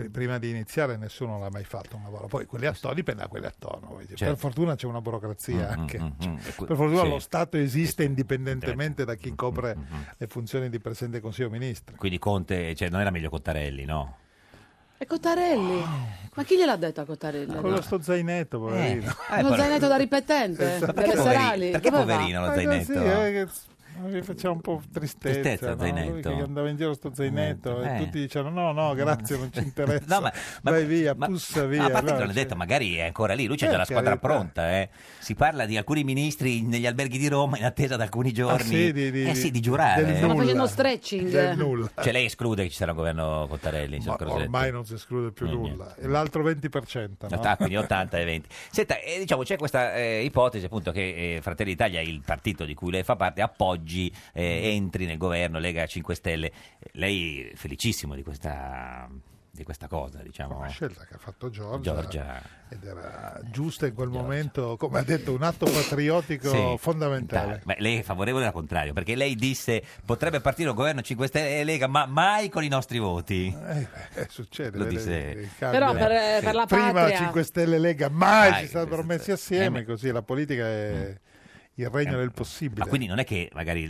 prima di iniziare nessuno l'ha mai fatto un lavoro, poi quelli a Sto dipende da quelli attorno. Per fortuna c'è una burocrazia anche. Per fortuna lo Stato esiste indipendentemente da chi copre le funzioni di Presidente del Consiglio Ministri. Quindi Conte, non era meglio Cottarelli, no? E Cottarelli? Ma chi gliel'ha detto a Cottarelli? Quello sto zainetto, poverino. Uno zainetto da ripetente? Perché serali? Perché poverino lo zainetto? Mi faceva un po' tristezza, no? Lui che andava in giro sto zainetto e tutti dicevano no grazie, non ci interessa, vai via, pussa via. A parte che non è detto, magari è ancora lì, lui c'è già la squadra pronta. Si parla di alcuni ministri negli alberghi di Roma in attesa da alcuni giorni di giurare. Stanno facendo stretching. Del nulla. Cioè lei esclude che ci sarà un governo Cottarelli? Ormai non si esclude più nulla. E l'altro 20%. No? Quindi 80 e 20. Senta, diciamo c'è questa ipotesi appunto che Fratelli d'Italia, il partito di cui lei fa parte, appoggi entri nel governo Lega 5 Stelle. Lei è felicissimo di questa cosa, diciamo. Una scelta che ha fatto Giorgia ed era giusta in quel momento, come ha detto, un atto patriottico fondamentale. Ma lei è favorevole al contrario, perché lei disse potrebbe partire un governo 5 Stelle e Lega, ma mai con i nostri voti. Succede. Lo disse. Però per la patria. Prima 5 Stelle e Lega mai si sarebbero messi assieme, così la politica è il regno del possibile. Ma quindi non è che magari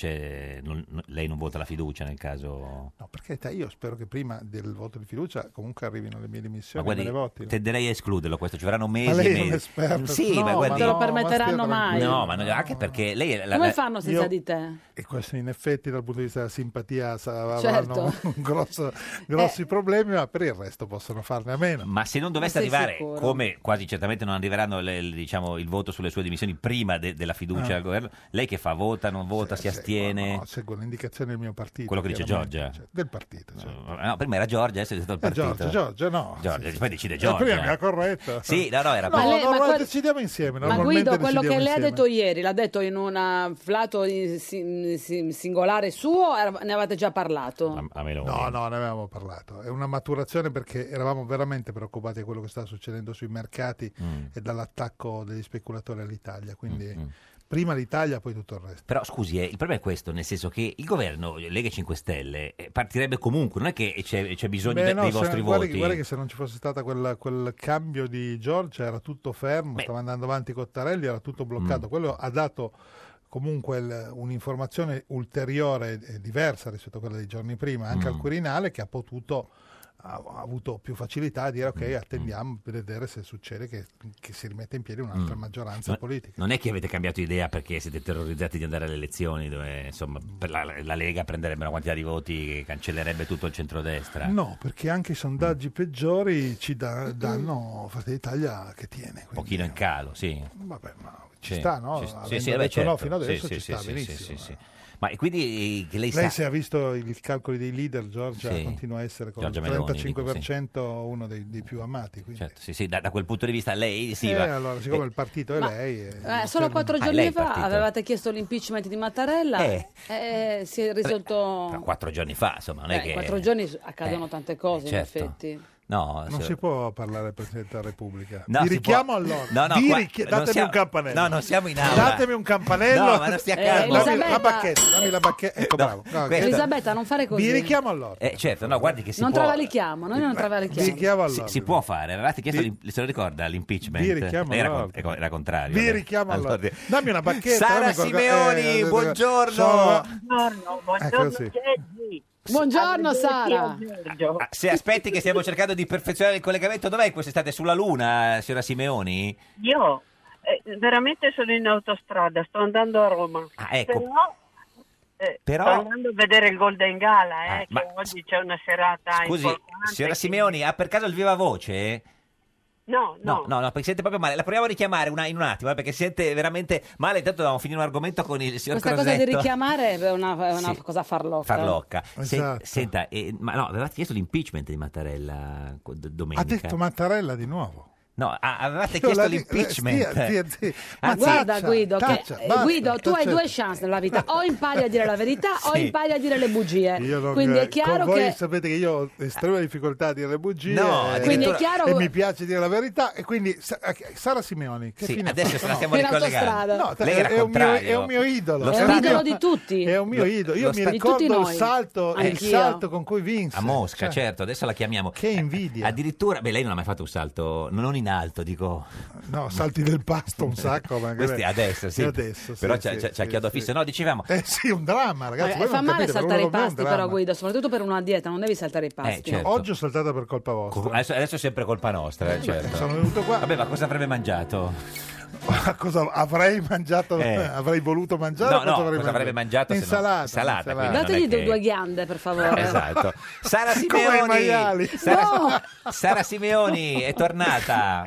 lei non vota la fiducia nel caso? No, perché io spero che prima del voto di fiducia comunque arrivino le mie dimissioni e me le votino. Tenderei a escluderlo questo, ci vorranno mesi. Ma lei e è un mesi. esperto. Sì, ma guardi, te lo permetteranno mai. No, ma anche perché lei come fanno senza di te? E questo in effetti dal punto di vista della simpatia avranno grossi problemi, ma per il resto possono farne a meno. Ma se non dovesse arrivare, come quasi certamente non arriveranno il voto sulle sue dimissioni prima della fiducia al governo, lei che fa? Vota, non vota, si astiene? No, seguo le indicazioni del mio partito. Quello che dice Giorgia? Del partito. No, prima era Giorgia, adesso è stato il partito. Giorgia, no. Poi decide Giorgia. Prima mi ha corretto. Sì, era decidiamo insieme. Ma Guido, quello che lei ha detto ieri, l'ha detto in un flato singolare suo, ne avete già parlato? No, ne avevamo parlato. È una maturazione perché eravamo veramente preoccupati da quello che stava succedendo sui mercati e dall'attacco degli speculatori all'Italia, quindi prima l'Italia, poi tutto il resto. Però scusi, il problema è questo, nel senso che il governo Lega 5 Stelle partirebbe comunque, non è che c'è bisogno dei vostri voti. Guarda che se non ci fosse stato quel cambio di Giorgia era tutto fermo, stava andando avanti Cottarelli, era tutto bloccato. Quello ha dato comunque un'informazione ulteriore e diversa rispetto a quella dei giorni prima, anche al Quirinale, che ha avuto più facilità a dire ok, attendiamo per vedere se succede che si rimette in piedi un'altra maggioranza politica. Non è che avete cambiato idea perché siete terrorizzati di andare alle elezioni dove insomma per la Lega prenderebbe una quantità di voti che cancellerebbe tutto il centrodestra? No, perché anche i sondaggi peggiori ci danno Fratelli d'Italia che tiene. Quindi... Un pochino in calo, sì. Vabbè, ma ci sta, no? Certo. No, fino adesso ci sta benissimo. Sì. Ma quindi lei se ha visto i calcoli dei leader, Giorgia continua a essere con il 35% uno dei più amati. Certo, sì, da quel punto di vista lei allora, siccome il partito è lei... solo 4 giorni fa avevate chiesto l'impeachment di Mattarella si è risolto... 4 giorni fa, insomma, non è che... 4 giorni accadono tante cose, in effetti. No, non si può parlare del Presidente della Repubblica. No, vi richiamo all'ordine. Datemi un campanello. No, non siamo in aula. Datemi un campanello. No, ma non stia calmo. Dammi la bacchetta. Ecco, bravo. Elisabetta, non fare così. Vi richiamo all'ordine. Certo, no, guardi che si non può... travalichiamo, noi non travalichiamo. Vi richiamo all'ordine. Si può fare. Avevate chiesto, se lo ricorda, l'impeachment. Vi richiamo all'ordine. Era contrario. Vi richiamo all'ordine. Dammi una bacchetta. Sara Simeoni, buongiorno. Buongiorno. Buongiorno Sara. Se aspetti che stiamo cercando di perfezionare il collegamento, dov'è quest'estate? Sulla Luna, signora Simeoni? Io veramente sono in autostrada, sto andando a Roma. Ecco. Però sto andando a vedere il Golden Gala, che oggi c'è una serata importante. Scusi, signora Simeoni, ha per caso il viva voce? No, perché sente proprio male. La proviamo a richiamare in un attimo, perché si sente veramente male. Intanto dobbiamo finire un argomento con il signor Questa Crosetto. cosa di richiamare è una cosa farlocca. Esatto. Senta, ma avevate chiesto l'impeachment di Mattarella domenica. Ha detto Mattarella di nuovo. No, avevate chiesto l'impeachment. Guarda Guido, Guido, tu hai taccia. due chance nella vita, o impari a dire la verità o impari a dire le bugie. Quindi è chiaro voi che sapete che io ho estrema difficoltà a dire le bugie, quindi è chiaro... e mi piace dire la verità, e quindi Sara Simeoni, che fine adesso ce la stiamo In ricollegando. autostrada. Lei era è un contrario. mio idolo. È un idolo di tutti. È un mio idolo. Io mi di tutti ricordo noi. il salto con cui vinse. A Mosca, certo, adesso la chiamiamo. Che invidia. Addirittura, lei non ha mai fatto un salto, non in alto, dico. No, salti del pasto un sacco. Questi adesso, sì. Però c'ha chiodo fisso. No, dicevamo. Sì, un dramma, ragazzi. Voi fa non male capite, saltare i per uno pasti, come è un però dramma. Guido, soprattutto per una dieta, non devi saltare i pasti. Certo. Oggi ho saltato per colpa vostra. Adesso è sempre colpa nostra, certo. Sono venuto qua. Vabbè, ma cosa avrebbe mangiato? Cosa avrei mangiato? Avrei voluto mangiare? No, cosa avrebbe mangiato? Insalata. quindi Dategli non è che- due ghiande, per favore. Esatto. Sara Come i Simeoni. maiali. Sara Simeoni è tornata.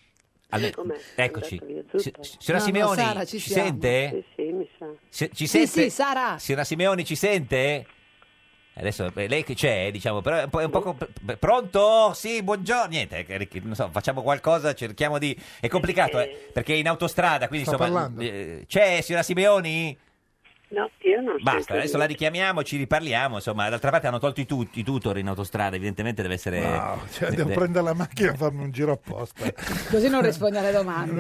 Eccoci. Signora No, Simeoni, Sara, ci siamo. sente? Sì, mi sa. Ci Sì, sente? sì, Sara. Signora Simeoni, ci sente? Adesso lei che c'è, diciamo, però è un po' pronto? Sì, buongiorno. Niente, non so, facciamo qualcosa, cerchiamo di. È complicato, perché è in autostrada, quindi Sta insomma. parlando. C'è signora Simeoni? No, io non Basta, sento adesso la niente. richiamiamo, ci riparliamo, insomma, d'altra parte hanno tolto i tutor in autostrada, evidentemente deve essere... No, devo prendere la macchina e farmi un giro apposta. Così non rispondi alle domande.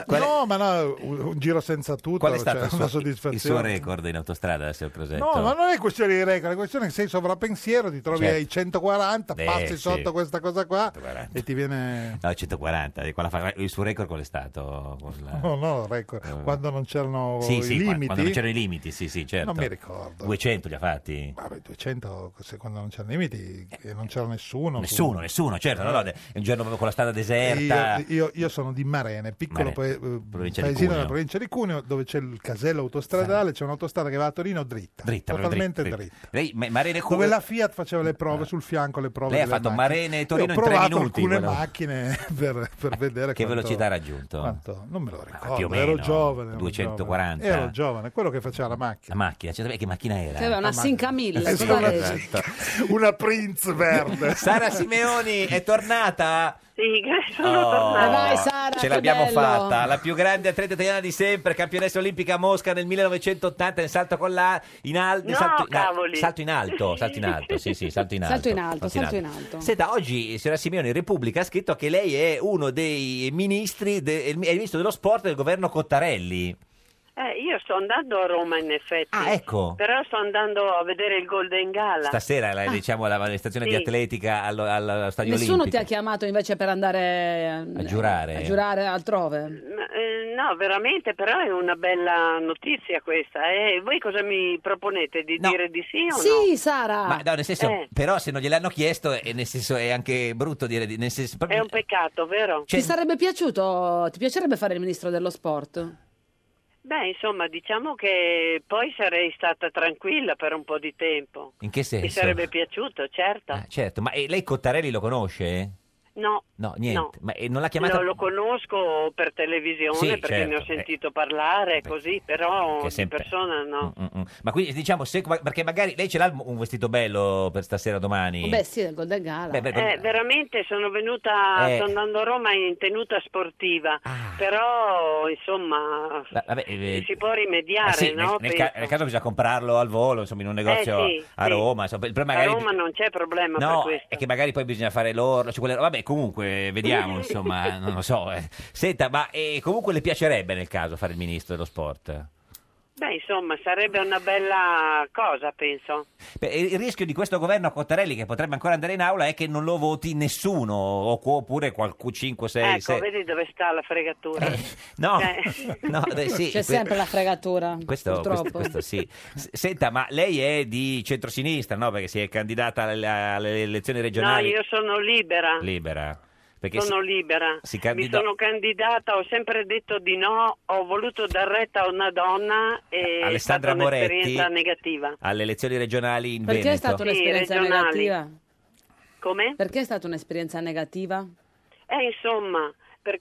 No, un giro senza tutto. Qual è stato cioè, il una suo soddisfazione. record in autostrada, signor Crosetto? No, ma non è questione di regola, è questione che sei sovrappensiero, ti trovi Certo. ai 140, passi sì. sotto questa cosa qua 140. e ti viene... No, 140, il suo record qual è stato? No, record. Quando non c'erano Sì, i sì, limiti. quando non c'erano i limiti, sì, certo. Non mi ricordo. 200 li ha fatti? Vabbè, 200, quando non c'erano limiti, che non c'era nessuno. Nessuno, certo, no, è un giorno proprio con la strada deserta. Io sono di Marene, piccolo Provincia di paesino Cuneo. della provincia di Cuneo, dove c'è il casello autostradale, c'è un'autostrada che va a Torino dritta, totalmente dritta. Lei, Marene Dove Cuneo, la Fiat faceva le prove sul fianco, le prove lei ha delle fatto macchine. Marene e Torino Io ho in 3 provato minuti. alcune quello. macchine per vedere Che quanto- velocità ha raggiunto? non me lo ricordo, più o meno, ero giovane. 240. Ero giovane, quello che faceva la macchina. La macchina, cioè, che macchina era? Che aveva una Sinca 1000. Esatto. Una Prince verde. Sara Simeoni è tornata? Sì, sono tornata. Vai, Sara, Ce che l'abbiamo bello. fatta, la più grande atleta italiana di sempre, campionessa olimpica a Mosca nel 1980 nel salto con in alto, No, cavoli. salto in alto, sì, salto in alto. Salto in alto. Senta, oggi signora Simeoni, Repubblica ha scritto che lei è uno dei ministri, è il ministro dello sport del governo Cottarelli. Io sto andando a Roma in effetti. Ah, ecco. Però sto andando a vedere il Golden Gala. Stasera diciamo la manifestazione di Sì. atletica allo stadio Nessuno olimpico. ti ha chiamato invece per andare A giurare. a giurare altrove? No, veramente, però è una bella notizia questa. Voi cosa mi proponete? Di dire di sì o no? Sì, Sara. Ma no, nel senso, però se non gliel'hanno chiesto, nel senso è anche brutto dire, nel senso, È proprio, un peccato, vero? Ti sarebbe piaciuto, ti piacerebbe fare il ministro dello sport? Beh, insomma, diciamo che poi sarei stata tranquilla per un po' di tempo. in che senso? Mi sarebbe piaciuto, certo. Certo, ma lei Cottarelli lo conosce? No. No, niente. No. Ma non l'ha chiamata? Lo conosco per televisione Sì, perché certo. ne ho sentito parlare così, però Che di sempre- persona no. Ma quindi diciamo, perché magari lei ce l'ha un vestito bello per stasera domani? Beh, sì, del Golden Gala. Veramente sono venuta, sto andando a Roma in tenuta sportiva, però insomma Vabbè, si può rimediare, sì, no? nel caso bisogna comprarlo al volo, insomma, in un negozio sì, a sì. Roma. Insomma, il problema A magari- Roma non c'è problema per No, questo. è che magari poi bisogna fare l'orlo, cioè vabbè, comunque vediamo, insomma, non lo so. Senta, ma comunque le piacerebbe nel caso fare il ministro dello sport? Beh, insomma, sarebbe una bella cosa, penso. Beh, il rischio di questo governo a Cottarelli, che potrebbe ancora andare in aula, è che non lo voti nessuno, oppure qualcuno 5, 6, Ecco, 6. vedi dove sta la fregatura. No, Eh. no, sì, C'è sempre la fregatura, questo purtroppo. sì. Senta, ma lei è di centrosinistra, no? Perché si è candidata alle elezioni No, regionali. io sono libera. Libera. Perché Sono libera. si Mi candidò sono candidata, ho sempre detto di no, ho voluto dar retta a una donna e è Alessandra stata Moretti un'esperienza negativa. alle elezioni regionali in Perché è Veneto. stata un'esperienza regionali. negativa? Come? Perché è stata un'esperienza negativa? Insomma,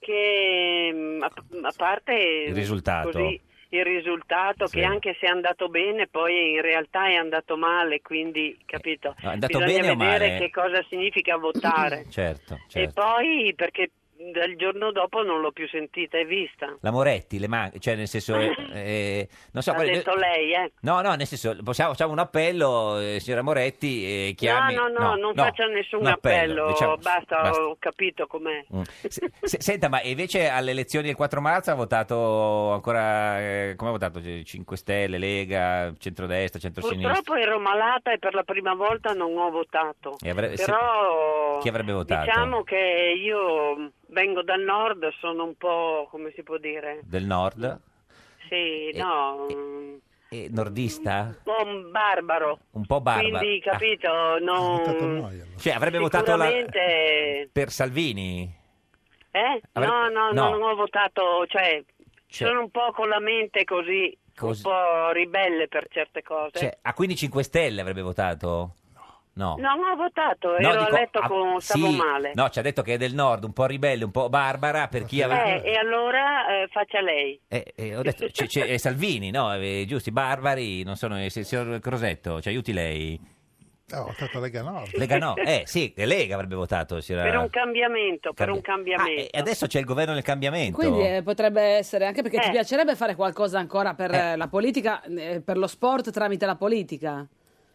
perché a parte Il risultato. così, il risultato Sì. che anche se è andato bene poi in realtà è andato male, quindi capito? No, è andato Bisogna bene o vedere male? che cosa significa votare. Certo, E poi perché dal giorno dopo non l'ho più sentita e vista. La Moretti, cioè nel senso... non so, Ha detto lei, No, nel senso, facciamo un appello, signora Moretti, chiami... No, non faccia nessun appello, diciamo, basta, ho capito com'è. Senta, ma invece alle elezioni del 4 marzo ha votato ancora... come ha votato? 5 Stelle, Lega, centrodestra, centrosinistra? Purtroppo ero malata e per la prima volta non ho votato. Però chi avrebbe votato? diciamo che io vengo dal nord, sono un po', come si può dire? Del nord? Sì, Nordista? un po' barbaro. Un po' barbaro. Quindi, capito, non... Cioè, avrebbe votato Sicuramente... per Salvini? No, non ho votato, cioè, sono un po' con la mente così, un po' ribelle per certe cose. Cioè, quindi 5 Stelle avrebbe votato? No. Non ho votato, ero a letto stavo male. No, ci ha detto che è del nord, un po' ribelle, un po' barbara, per chi aveva... E allora faccia lei. Ho detto, c'è Salvini, no? Giusto, i barbari non sono... Signor Crosetto, ci aiuti lei? Ho votato Lega Nord. Lega no, sì, Lega avrebbe votato. Per un cambiamento, E adesso c'è il governo del cambiamento. Quindi potrebbe essere, anche perché ti piacerebbe fare qualcosa ancora per la politica, per lo sport tramite la politica?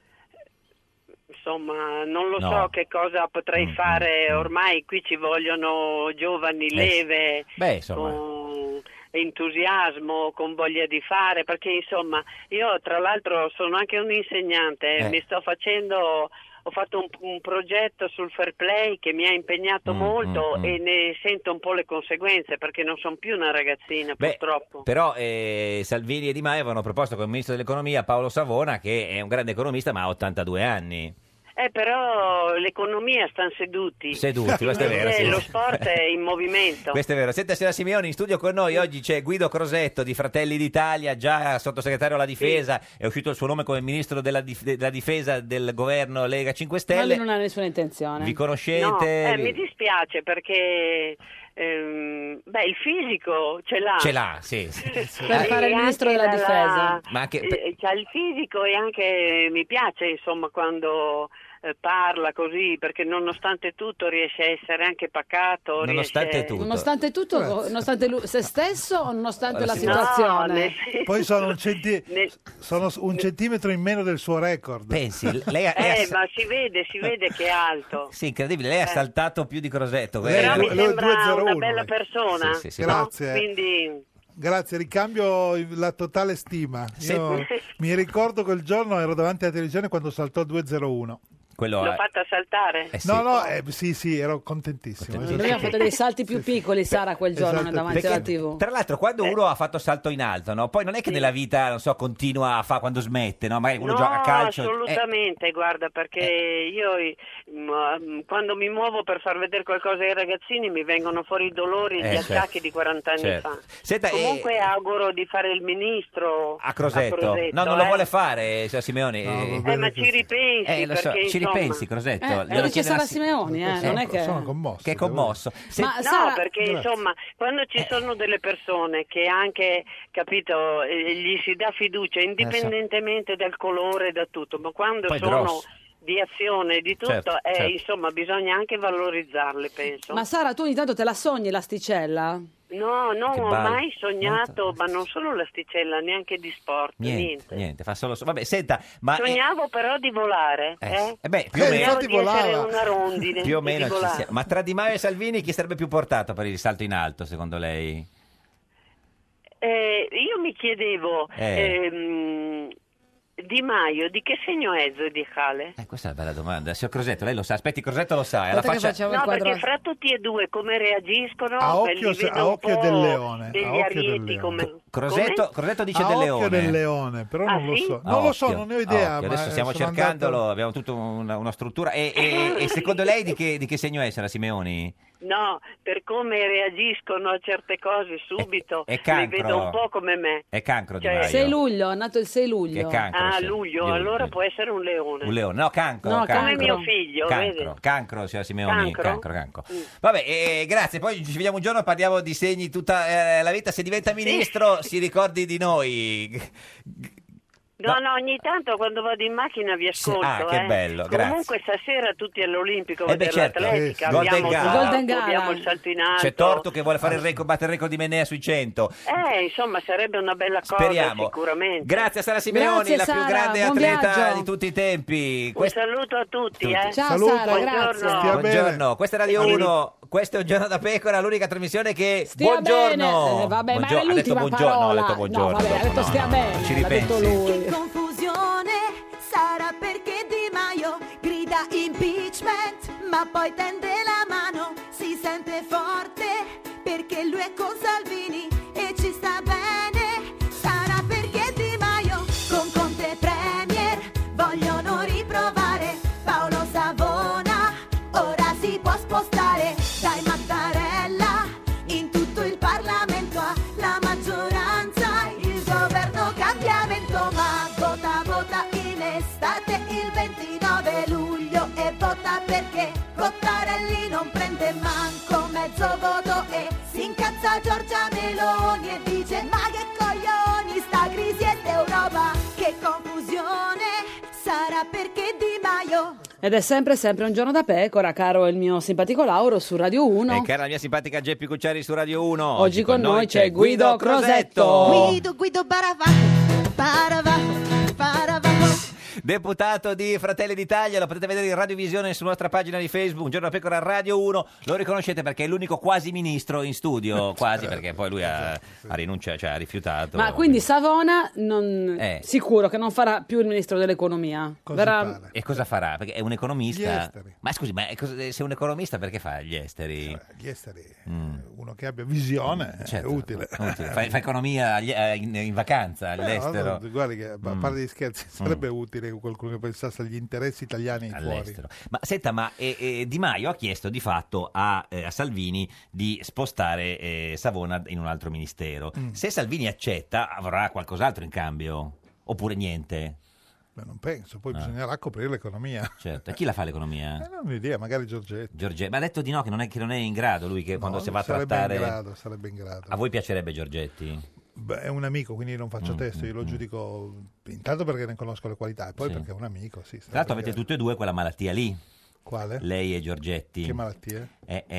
Insomma, non lo so che cosa potrei fare, ormai qui ci vogliono giovani leve, con entusiasmo, con voglia di fare, perché insomma io tra l'altro sono anche un insegnante, ho fatto un progetto sul fair play che mi ha impegnato molto e ne sento un po' le conseguenze perché non sono più una ragazzina, purtroppo. Però Salvini e Di Maio avevano proposto come ministro dell'economia Paolo Savona, che è un grande economista ma ha 82 anni. Però l'economia stanno seduti. Questo è vero. Sì. Lo sport è in movimento. Questo è vero. Senta, signora Simeoni, in studio con noi oggi c'è Guido Crosetto di Fratelli d'Italia, già sottosegretario alla difesa, è uscito il suo nome come ministro della difesa del governo Lega 5 Stelle. Ma lui non ha nessuna intenzione. Vi conoscete? No, mi dispiace perché il fisico ce l'ha. Sì. Per fare il ministro della difesa. Ma anche c'ha il fisico e anche mi piace, insomma, quando parla così, perché nonostante tutto riesce a essere anche pacato. Nonostante tutto, nonostante se stesso o nonostante la situazione? Poi sono un centimetro in meno del suo record. Pensi, ma si vede che è alto. Sì, incredibile, lei ha saltato più di Crosetto. Però mi sembra una bella persona. Sì. Grazie. No? Quindi... Grazie, ricambio la totale stima. Io mi ricordo quel giorno ero davanti alla televisione quando saltò 201. L'ho fatta saltare? Sì, ero contentissimo. Lui ha fatto dei salti più piccoli, Sara, quel giorno davanti alla TV. Tra l'altro, quando uno ha fatto salto in alto, no? Poi non è che nella vita, non so, continua a fare quando smette, no? Magari uno gioca a calcio. Assolutamente, guarda, perché io quando mi muovo per far vedere qualcosa ai ragazzini mi vengono fuori i dolori e gli attacchi di 40 anni fa. Senta, comunque auguro di fare il ministro a Crosetto. No, non lo vuole fare, signora Simeoni. Ma ci ripensi, perché ci ripensi, Crosetto. Lo dice Sara Simeoni, non è che... Sono commosso. Che è commosso. Perché insomma, quando ci sono delle persone che anche, capito, gli si dà fiducia indipendentemente dal colore e da tutto, ma quando poi sono di azione, di tutto, certo. Insomma, bisogna anche valorizzarle, penso. Ma Sara, tu ogni tanto te la sogni l'asticella? No, non ho mai sognato, ma non solo l'asticella, neanche di sport, niente, fa solo... Vabbè, senta, ma... Sognavo però di volare, più o meno di essere una rondine. Più o meno ci siamo. Ma tra Di Maio e Salvini chi sarebbe più portato per il salto in alto, secondo lei? Io mi chiedevo... Di Maio, di che segno è zodiacale? Questa è una bella domanda. Signor Crosetto, lei lo sa? Aspetti, Crosetto lo sa. Perché fra tutti e due come reagiscono? A occhio del leone. Degli arieti come... Crosetto dice del leone. A occhio del leone, però non lo so. Non lo so, non ne ho idea. Adesso stiamo cercandolo, abbiamo tutta una struttura. E secondo lei di che segno è, signora Simeoni? No, per come reagiscono a certe cose subito, li vedo un po' come me. È cancro Di Maio. 6 luglio, è nato il 6 luglio. È cancro, luglio, allora può essere un leone. Un leone, no, cancro. Come mio figlio, Cancro, signora Simeoni. Cancro. Vabbè, grazie, poi ci vediamo un giorno, parliamo di segni tutta la vita. Se diventa ministro si ricordi di noi. No, ogni tanto quando vado in macchina vi ascolto. che bello, grazie. Comunque stasera tutti all'Olimpico beh, certo. dell'atletica, Golden Gala. abbiamo il salto in alto. C'è Torto che vuole fare il record, battere il record di Menea sui 100. Insomma, sarebbe una bella cosa, Speriamo. sicuramente. Grazie a Sara Simeoni, Grazie, la più Sara, grande buon atleta viaggio. di tutti i tempi. Un saluto a tutti. Ciao Saluto. Sara, grazie. Buongiorno, questa è Radio 1, questo è Un Giorno da Pecora, l'unica trasmissione che... Stia buongiorno! bene. Vabbè, ma Buongiorno. è l'ultima ha detto buongiorno, parola. ha detto buongiorno. No, vabbè, ha detto stia bene, ci l'ha detto ripensi. lui. Che confusione sarà perché Di Maio grida impeachment, ma poi tende la mano, si sente forte perché lui è con Salvini e ci sta bene. Sarà perché Di Maio con Conte Premier vogliono riprovare Paolo Savona, ora si può spostare dai Mattarella in tutto il Parlamento alla maggioranza, il governo cambiamento, ma vota in estate il 29 luglio e vota perché Cottarelli non prende manco mezzo voto e si incazza Giorgia Meloni e dice ma che coglioni sta crisi ed Europa, che confusione sarà perché Di Maio. Ed è sempre Un Giorno da Pecora, caro il mio simpatico Lauro su Radio 1. E cara la mia simpatica Geppi Cucciari su Radio 1. Oggi con noi c'è Guido Crosetto. Guido Baravaco. Deputato di Fratelli d'Italia, lo potete vedere in radiovisione sulla nostra pagina di Facebook, Un Giorno da Pecora Radio 1. Lo riconoscete perché è l'unico quasi ministro in studio, quasi, perché poi lui ha rinunciato, cioè ha rifiutato. Ma quindi Savona sicuro che non farà più il ministro dell'economia. E cosa farà? Perché è un Gli economista. esteri. Ma scusi, se è un economista perché fa gli esteri? Gli esteri, uno che abbia visione Certo, è utile. Fa economia in vacanza all'estero. No, guardi che a parte gli scherzi sarebbe utile qualcuno che pensasse agli interessi italiani fuori. All'estero. Ma senta, Di Maio ha chiesto di fatto a Salvini di spostare Savona in un altro ministero. Se Salvini accetta, avrà qualcos'altro in cambio? Oppure niente? Beh, non penso, poi bisognerà coprire l'economia. Certo. E chi la fa l'economia? Non ho un'idea, magari Giorgetti. Ma ha detto di no, che non è in grado lui, che quando si va a trattare... Sarebbe in grado. A voi piacerebbe Giorgetti? Beh, è un amico, quindi non faccio testo, io lo giudico intanto perché ne conosco le qualità e poi perché è un amico. Sì, tra l'altro avete tutte e due quella malattia lì. Quale? Lei e Giorgetti. Che malattie?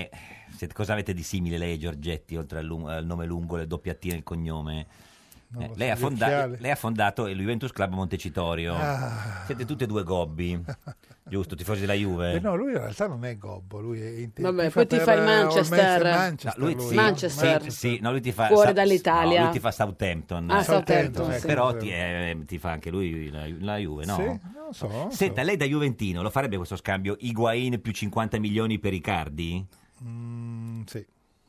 Cosa avete di simile lei e Giorgetti, oltre al nome lungo, le doppie T nel cognome? Lei ha fondato il Juventus Club Montecitorio. Siete tutte e due gobbi, giusto? Tifosi della Juve? No, lui in realtà non è gobbo, lui è Vabbè, poi ti fa il Manchester. Manchester. Sì, no, lui ti fa fuori dall'Italia. No, lui ti fa Southampton. Southampton, sì. Però ti fa anche lui la Juve, no? Sì, non so. Senta, lei da Juventino lo farebbe questo scambio Higuain più 50 milioni per Icardi? Sì.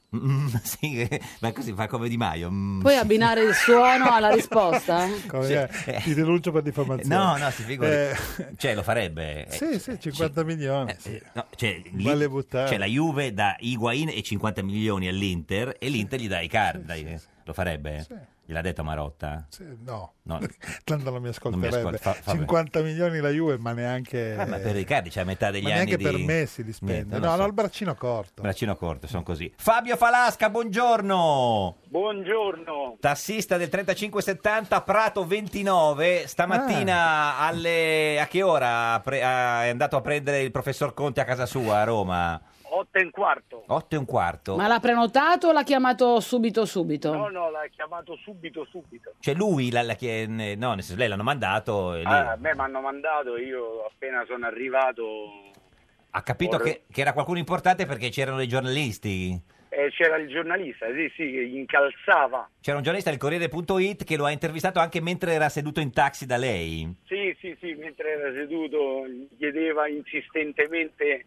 Sì, ma così fa come Di Maio. Puoi abbinare il suono alla risposta? Ti denuncio per diffamazione. No, si figuri. Cioè, lo farebbe. Sì, 50 milioni. No, cioè, Vale buttare. Cioè, la Juve dà Higuain e 50 milioni all'Inter e l'Inter gli dà Icardi. Lo farebbe? Sì. Gliel'ha detto Marotta? Sì, no. No. Tanto non mi ascolterebbe. Non mi ascolta, 50 milioni la Juve, ma neanche... ma per Riccardi c'è metà degli ma anni neanche per Messi li spende. No, il braccino corto. Braccino corto, sono così. Fabio Falasca, buongiorno. Buongiorno. Tassista del 3570, Prato 29. Stamattina a che ora è andato a prendere il professor Conte a casa sua a Roma? 8:15. 8:15. Ma l'ha prenotato o l'ha chiamato subito? No, l'ha chiamato subito. Cioè lui, no, nel senso, lei l'hanno mandato e a me mi hanno mandato, io appena sono arrivato... Ha capito che era qualcuno importante perché c'erano dei giornalisti? C'era il giornalista, sì, che gli incalzava. C'era un giornalista del Corriere.it che lo ha intervistato anche mentre era seduto in taxi da lei? Sì, mentre era seduto gli chiedeva insistentemente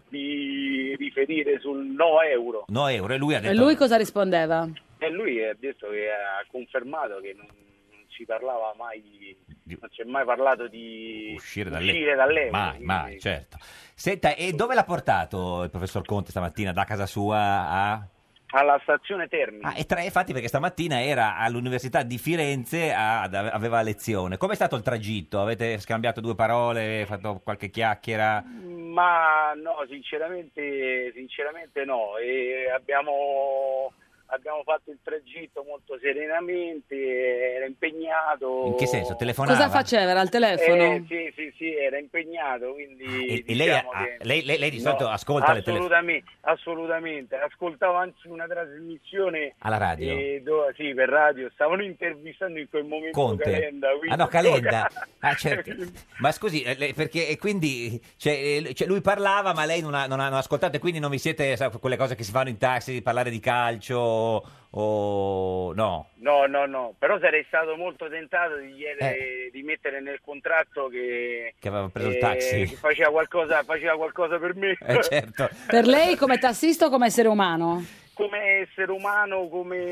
di riferire sul no euro. No euro, e lui ha detto... E lui cosa rispondeva? E lui ha detto che ha confermato che non si parlava mai, non si è mai parlato di uscire dall'euro. Mai, certo. Senta, e dove l'ha portato il professor Conte stamattina? Da casa sua alla stazione Termini. Infatti, perché stamattina era all'Università di Firenze, aveva lezione. Com'è stato il tragitto? Avete scambiato due parole, fatto qualche chiacchiera? Ma no, sinceramente no. E abbiamo abbiamo fatto il tragitto molto serenamente, era impegnato. In che senso? Telefonava? Cosa faceva? Era al telefono? Sì, era impegnato, quindi E diciamo lei di solito ascolta le telefonate? Assolutamente, ascoltavo anzi una trasmissione alla radio? Sì, per radio, stavano intervistando in quel momento Conte? Calenda. Ah no, Calenda. Ah, certo. Ma scusi, perché quindi lui parlava ma lei non ha ascoltato e quindi non vi siete, quelle cose che si fanno in taxi, di parlare di calcio o no? No, però sarei stato molto tentato di chiedere di mettere nel contratto che aveva preso il taxi, che faceva qualcosa per me. Certo. Per lei come tassista o come essere umano? Come essere umano,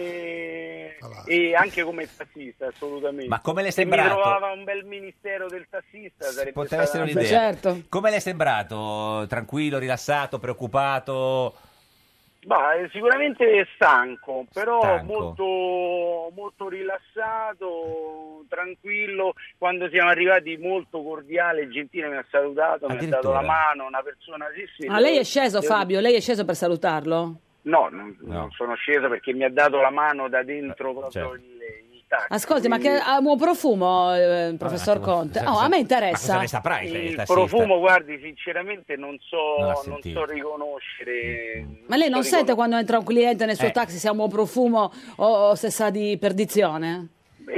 e anche come tassista, assolutamente. Ma come le è Se mi sembrato? trovava un bel ministero del tassista sarebbe Poteva essere stata un'idea. Certo. Come le è sembrato? Tranquillo, rilassato, preoccupato? Sicuramente stanco, però Stanco. molto rilassato, tranquillo. Quando siamo arrivati molto cordiale, gentile, mi ha salutato, mi ha dato la mano, una persona sì. Ma lei è sceso, Fabio? Lei è sceso per salutarlo? No, non sono sceso perché mi ha dato la mano da dentro proprio il taxi. Ascolti, ma che ha un buon profumo, professor Conte? A me interessa. Ma cosa ne saprai? Il tassista? profumo, guardi, sinceramente non l'ha so sentito. riconoscere. Ma lei non sente quando entra un cliente nel suo taxi se ha un buon profumo o se sa di perdizione?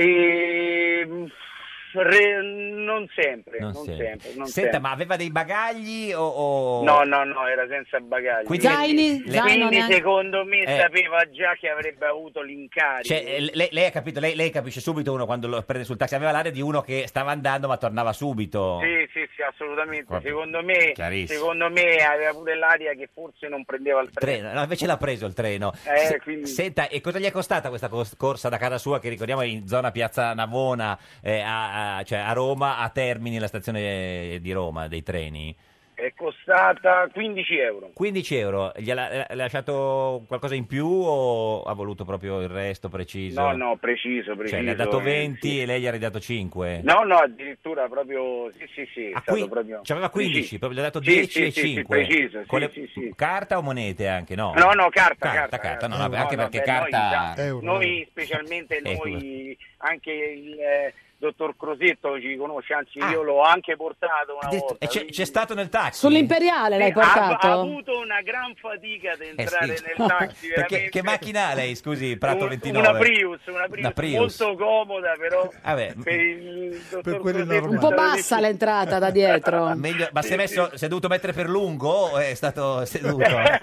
Non sempre. Senta, ma aveva dei bagagli o... No, era senza bagagli. Quindi Quindi secondo me sapeva già che avrebbe avuto l'incarico. Cioè, lei ha capito, lei capisce subito uno quando lo prende sul taxi, aveva l'aria di uno che stava andando ma tornava subito. Sì, assolutamente. Proprio Secondo me aveva pure l'aria che forse non prendeva il treno. No, invece l'ha preso il treno. Quindi... Senta, e cosa gli è costata questa corsa da casa sua, che ricordiamo è in zona Piazza Navona, a Roma, a Termini, la stazione di Roma dei treni? È costata 15 euro. 15 euro. Gli ha lasciato qualcosa in più o ha voluto proprio il resto preciso? No, preciso. Cioè, le ha dato 20 e lei gli ha ridato 5? No, addirittura proprio sì. È stato proprio... C'aveva 15, proprio gli ha dato 10 e 5. Preciso, con le carta o monete anche? No, carta. No, anche perché carta... Noi specialmente noi, anche il... dottor Crosetto ci conosce, anzi io l'ho anche portato una volta. C'è stato nel taxi? Sull'Imperiale l'hai portato? Ha avuto una gran fatica ad entrare nel taxi. Perché che macchina ha lei, scusi, Prato 29? Una Prius, molto comoda, però per il dottor Crosetto un po' bassa l'entrata da dietro. Meglio, ma si è dovuto mettere per lungo o è stato seduto?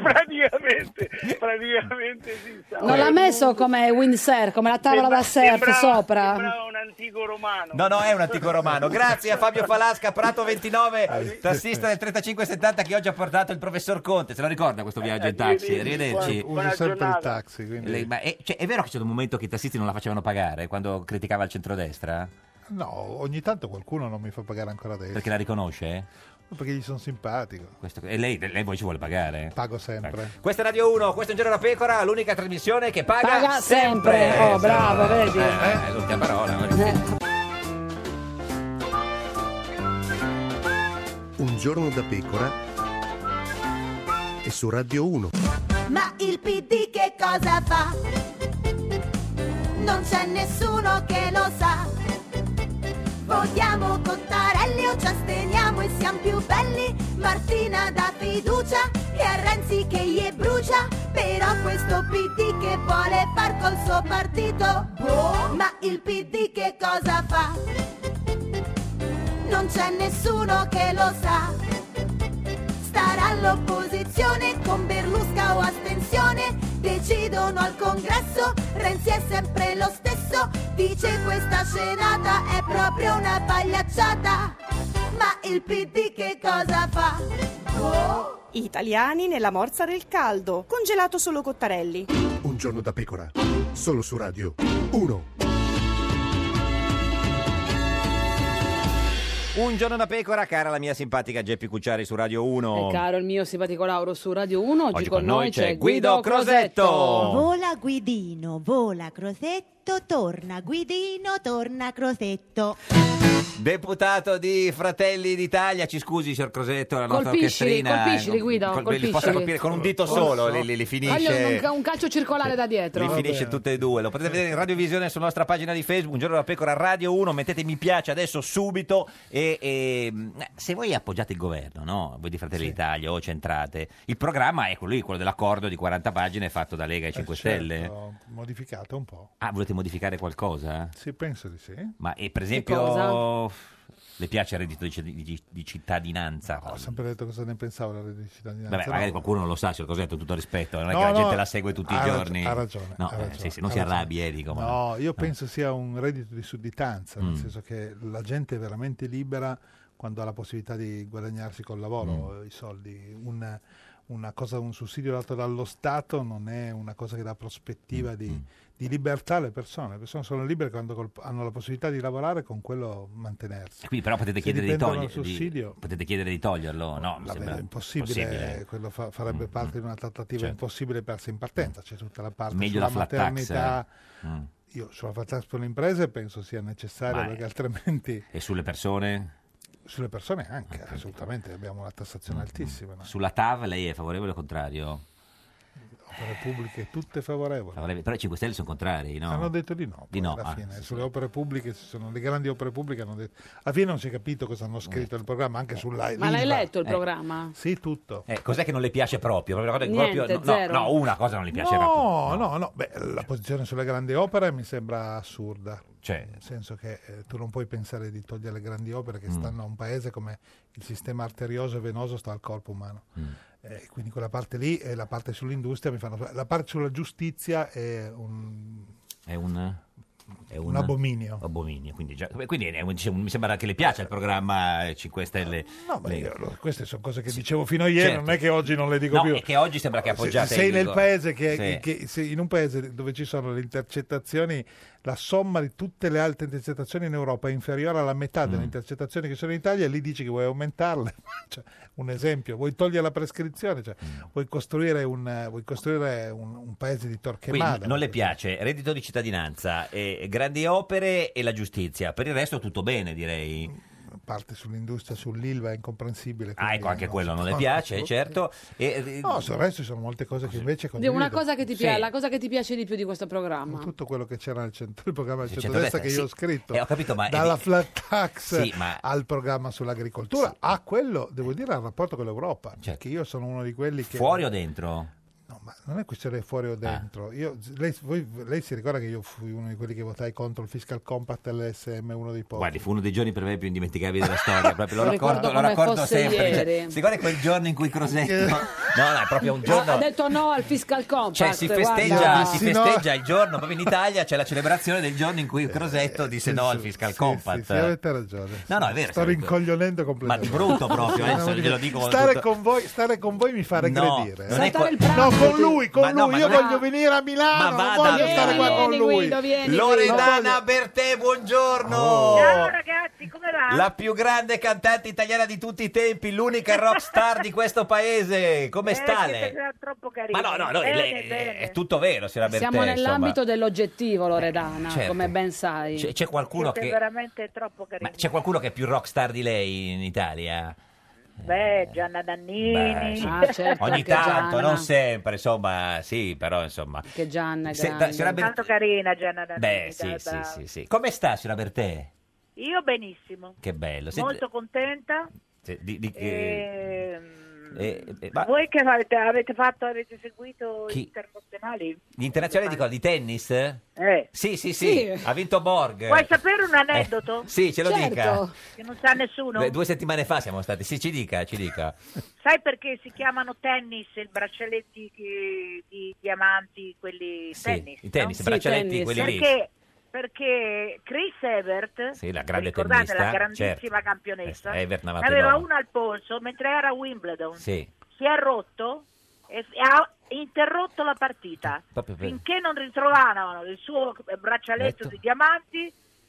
praticamente sì. Non l'ha messo come windsurf, come la tavola da surf sopra? Sembrava un antico romano. No, è un antico romano. Grazie a Fabio Falasca, Prato 29, tassista del 3570, che oggi ha portato il professor Conte. Se lo ricorda questo viaggio in taxi? Arrivederci. Uso sempre il taxi. Quindi... è vero che c'è un momento che i tassisti non la facevano pagare quando criticava il centrodestra? No, ogni tanto qualcuno non mi fa pagare ancora adesso. Perché la riconosce? Perché gli sono simpatico. E lei poi ci vuole pagare? Pago sempre. Questa è Radio 1, questo è Un Giorno da Pecora, l'unica trasmissione che paga sempre. Oh, bravo, vedi? L'ultima parola. Un Giorno da Pecora e su Radio 1. Ma il PD che cosa fa? Non c'è nessuno che lo sa. Votiamo Cottarelli o ci asteniamo e siamo più belli? Martina dà fiducia e a Renzi che gli brucia. Però questo PD che vuole far col suo partito? Ma il PD che cosa fa? Non c'è nessuno che lo sa. Starà all'opposizione con Berlusca o astensione. Decidono al congresso, Renzi è sempre lo stesso. Dice questa scenata è proprio una pagliacciata. Ma il PD che cosa fa? Italiani nella morsa del caldo. Congelato solo Cottarelli. Un Giorno da Pecora, solo su Radio 1. Un Giorno da Pecora, cara la mia simpatica Geppi Cucciari su Radio 1. E caro il mio simpatico Lauro su Radio 1. Oggi con noi c'è Guido Crosetto. Vola Guidino, vola Crosetto. Crosetto torna, Guidino torna Crosetto. Deputato di Fratelli d'Italia, ci scusi signor Crosetto, la nostra Colpiscili, orchestrina colpiscili, Guido, li colpiscili. possa colpire con un dito solo, li finisce. Un calcio circolare da dietro. Li finisce tutte e due. Lo potete vedere in radiovisione sulla nostra pagina di Facebook, Un Giorno da Pecora Radio 1. Mettete mi piace adesso subito. E se voi appoggiate il governo, no? Voi di Fratelli d'Italia o centrate, il programma è quello lì, quello dell'accordo di 40 pagine fatto da Lega e 5 Stelle. Modificato un po'. Ah, volete modificare qualcosa? Sì, penso di sì. Ma per esempio le piace il reddito di cittadinanza? Ho sempre detto cosa ne pensavo del reddito di cittadinanza. Vabbè, magari qualcuno non lo sa, signor Cosetto, tutto rispetto, non è che la gente la segue tutti i giorni. Ha ragione. No, sì, non si arrabbi, dico. No, io penso sia un reddito di sudditanza, nel senso che la gente è veramente libera quando ha la possibilità di guadagnarsi col lavoro i soldi. Una cosa, un sussidio dato dallo Stato non è una cosa che dà prospettiva di libertà alle persone. Le persone sono libere quando hanno la possibilità di lavorare, con quello mantenersi. Quindi però potete chiedere di toglierlo? No, mi sembra è impossibile. Quello farebbe parte di una trattativa impossibile persa in partenza. C'è tutta la parte meglio sulla la flat maternità. tax. Io sulla flat tax per le imprese penso sia necessario, perché altrimenti... E sulle persone? Sulle persone anche, assolutamente, abbiamo una tassazione altissima. No? Sulla TAV lei è favorevole o contrario? Opere pubbliche tutte favorevoli. Però i 5 Stelle sono contrari, no? Hanno detto di no. Alla fine. Sulle opere pubbliche, sono le grandi opere pubbliche, hanno detto... Alla fine non si è capito cosa hanno scritto nel programma, anche sulla... Ma l'hai letto il programma? Sì, tutto. Cos'è che non le piace proprio? Niente, zero. No, una cosa non le piace proprio. No. Beh, la posizione sulle grandi opere mi sembra assurda. Cioè, nel senso che tu non puoi pensare di togliere le grandi opere che stanno a un paese come il sistema arterioso e venoso sta al corpo umano. Quindi quella parte lì e la parte sull'industria mi fanno... La parte sulla giustizia è un abominio. Quindi mi sembra che le piace il programma 5 Stelle. No, queste sono cose che dicevo fino a ieri, non è che oggi non le dico più. È che oggi sembra che appoggiate. Sei nel paese in un paese dove ci sono le intercettazioni, la somma di tutte le altre intercettazioni in Europa è inferiore alla metà delle intercettazioni che sono in Italia, e lì dici che vuoi aumentarle. Cioè, un esempio, vuoi togliere la prescrizione, vuoi costruire un paese di Torquemada. Quindi non le piace reddito di cittadinanza, grandi opere e la giustizia, per il resto tutto bene, direi. Parte sull'industria, sull'ILVA è incomprensibile. Ecco, anche quello non le piace, certo. No, sul resto ci sono molte cose che invece condivido. Una cosa che ti piace, la cosa che ti piace di più di questo programma? Tutto quello che c'era nel programma del centrodestra che io ho scritto. Ho capito, ma dalla flat tax al programma sull'agricoltura a quello, devo dire, al rapporto con l'Europa. Perché io sono uno di quelli che... Fuori o dentro? No, ma non è questione fuori o dentro. Lei si ricorda che io fui uno di quelli che votai contro il fiscal compact dell'ESM, uno dei pochi. Guardi, fu uno dei giorni per me più indimenticabili della storia, proprio lo racconto sempre. Si ricorda quel giorno in cui Crosetto no, è proprio un giorno. Ha detto no al fiscal compact. Cioè si festeggia il giorno, proprio in Italia c'è la celebrazione del giorno in cui Crosetto disse no al fiscal compact. Sì, avete ragione. No, è vero. Sto rincoglionendo completamente. Ma di brutto proprio, adesso glielo dico. Stare con voi mi fa regredire. Non è con lui, io voglio venire a Milano, non voglio stare qua con lui. Loredana Bertè, buongiorno. Ciao ragazzi, come va? La più grande cantante italiana di tutti i tempi, l'unica rock star di questo paese. Come sta lei? Troppo carino. Ma no, bene. È tutto vero, signora Bertè. Siamo nell'ambito dell'oggettivo, Loredana, certo. Come ben sai. C'è qualcuno che... veramente troppo carino. Ma c'è qualcuno che è più rock star di lei in Italia? Gianna Nannini. Certo, ogni tanto, Gianna. non sempre, insomma, sì, però insomma. Che Gianna è tanto carina Gianna Nannini. Sì. Come sta, signora Bertè? Io benissimo. Che bello. Molto contenta. Ma... Voi che avete seguito gli internazionali? Gli internazionali di tennis? Sì, ha vinto Borg. Vuoi sapere un aneddoto? Sì, ce lo dica. Che non sa nessuno? 2 settimane fa siamo stati. Sì, ci dica. Sai perché si chiamano tennis i braccialetti di diamanti, quelli tennis? I tennis, i braccialetti, quelli lì. Perché Chris Evert, la grande ricordate, tennista, la grandissima campionessa, ne aveva una al polso mentre era a Wimbledon. Si è rotto e ha interrotto la partita finché non ritrovavano il suo braccialetto di diamanti.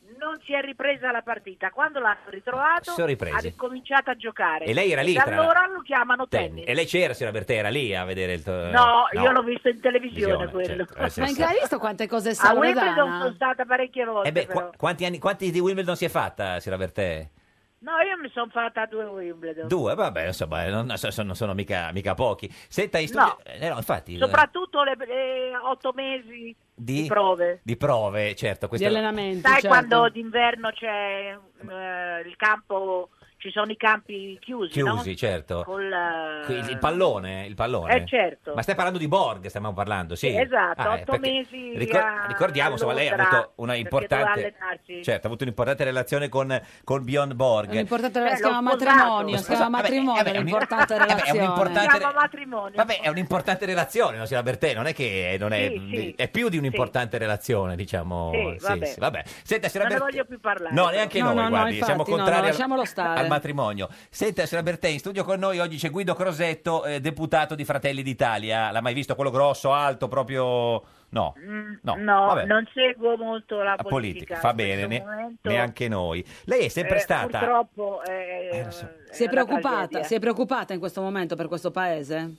non si è ripresa la partita. Quando l'hanno ritrovato Sono ripresi. ha ricominciato a giocare. E lei era lì, da tra- allora lo chiamano tennis. E lei c'era, signora Bertè, era lì a vedere il... No, io l'ho visto in televisione quello. Certo, Ma in che hai visto quante cose sa A Wimbledon Loredana? sono stata parecchie volte. però. quanti di Wimbledon si è fatta, signora Bertè? No, io mi sono fatta 2 Wimbledon. 2, vabbè, insomma, non sono mica pochi. Senta, in studio... no, infatti... Soprattutto le 8 mesi di prove. Di prove, certo. Di allenamenti, Sai certo. quando d'inverno c'è il campo, ci sono i campi chiusi, no? certo. Col, Il pallone? certo. Ma stai parlando di Borg, stiamo parlando, sì. Esatto, Ah, 8 perché mesi ricordiamo, insomma, lei ha Londra, avuto una perché importante... doveva allenarsi. Certo, ha avuto un'importante relazione con Bjorn Borg. L'importante si chiama l'ho sposato. matrimonio, si chiama matrimonio, l'importante relazione. Si chiama matrimonio. Vabbè, è un'importante relazione, no, signora Bertè? Non è che non è, Sì. è più di un'importante relazione, diciamo. Sì, vabbè. Senta, signora Non ne Bertè... voglio più parlare. No, neanche No, noi, no, guardi, infatti, siamo no, contrari lasciamolo stare. al matrimonio. Senta, signora Bertè, in studio con noi oggi c'è Guido Crosetto, deputato di Fratelli d'Italia. L'ha mai visto quello grosso, alto, proprio... No, vabbè. Non seguo molto la politica, in fa bene, questo momento. neanche noi. Lei è sempre stata... Purtroppo Si è preoccupata in questo momento per questo paese?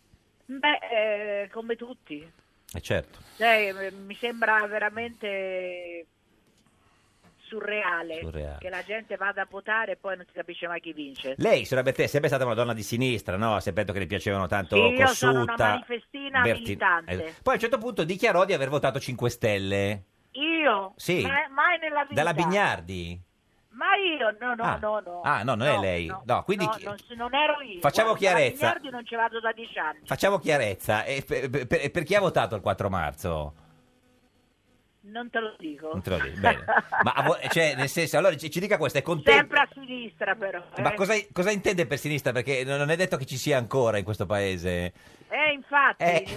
Beh, come tutti. certo. Mi sembra veramente surreale che la gente vada a votare e poi non si capisce mai chi vince. Lei, signora Bertè, è sempre stata una donna di sinistra, no? Ha sempre detto che le piacevano tanto Sì, io Cossuta, sono una manifestina militante. Poi a un certo punto dichiarò di aver votato 5 Stelle. Io? Sì. Mai nella vita. Dalla Bignardi? Ma io? No. Ah, no, non è lei. No, quindi non ero io. Facciamo chiarezza. Dalla Bignardi non ci vado da 10 anni. facciamo chiarezza. E per chi ha votato il 4 marzo? Non te lo dico. Non te lo dico, bene. Ma cioè, nel senso, allora ci dica questo, è contento? Sempre a sinistra però. Ma cosa intende per sinistra? Perché non è detto che ci sia ancora in questo paese. Infatti,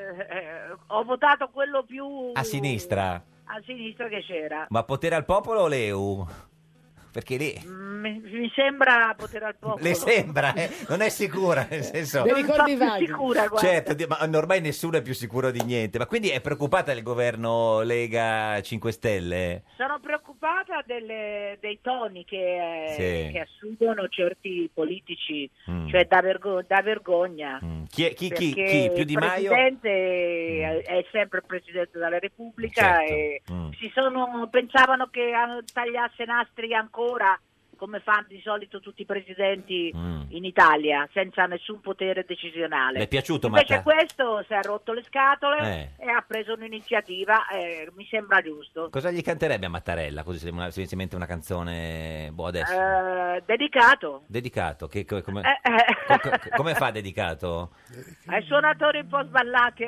ho votato quello più... A sinistra? A sinistra che c'era. Ma Potere al Popolo o l'EU? Perché lì... Mi sembra Potere al Popolo. Le sembra, non è sicura, nel senso... Non sono più sicura, guarda. Certo, ma ormai nessuno è più sicuro di niente. Ma quindi è preoccupata del governo Lega 5 Stelle? Sono preoccupata dei toni che assumono certi politici, cioè da vergogna. Chi? Più Di Maio? Il Presidente è sempre il Presidente della Repubblica e pensavano che tagliasse nastri ancora, come fanno di solito tutti i presidenti in Italia, senza nessun potere decisionale. Le è piaciuto Invece Mattarella? questo si è rotto le scatole e ha preso un'iniziativa, mi sembra giusto. Cosa gli canterebbe a Mattarella? Così se si mette una canzone adesso. Dedicato. Dedicato? Come fa dedicato? Ai suonatori un po' sballati e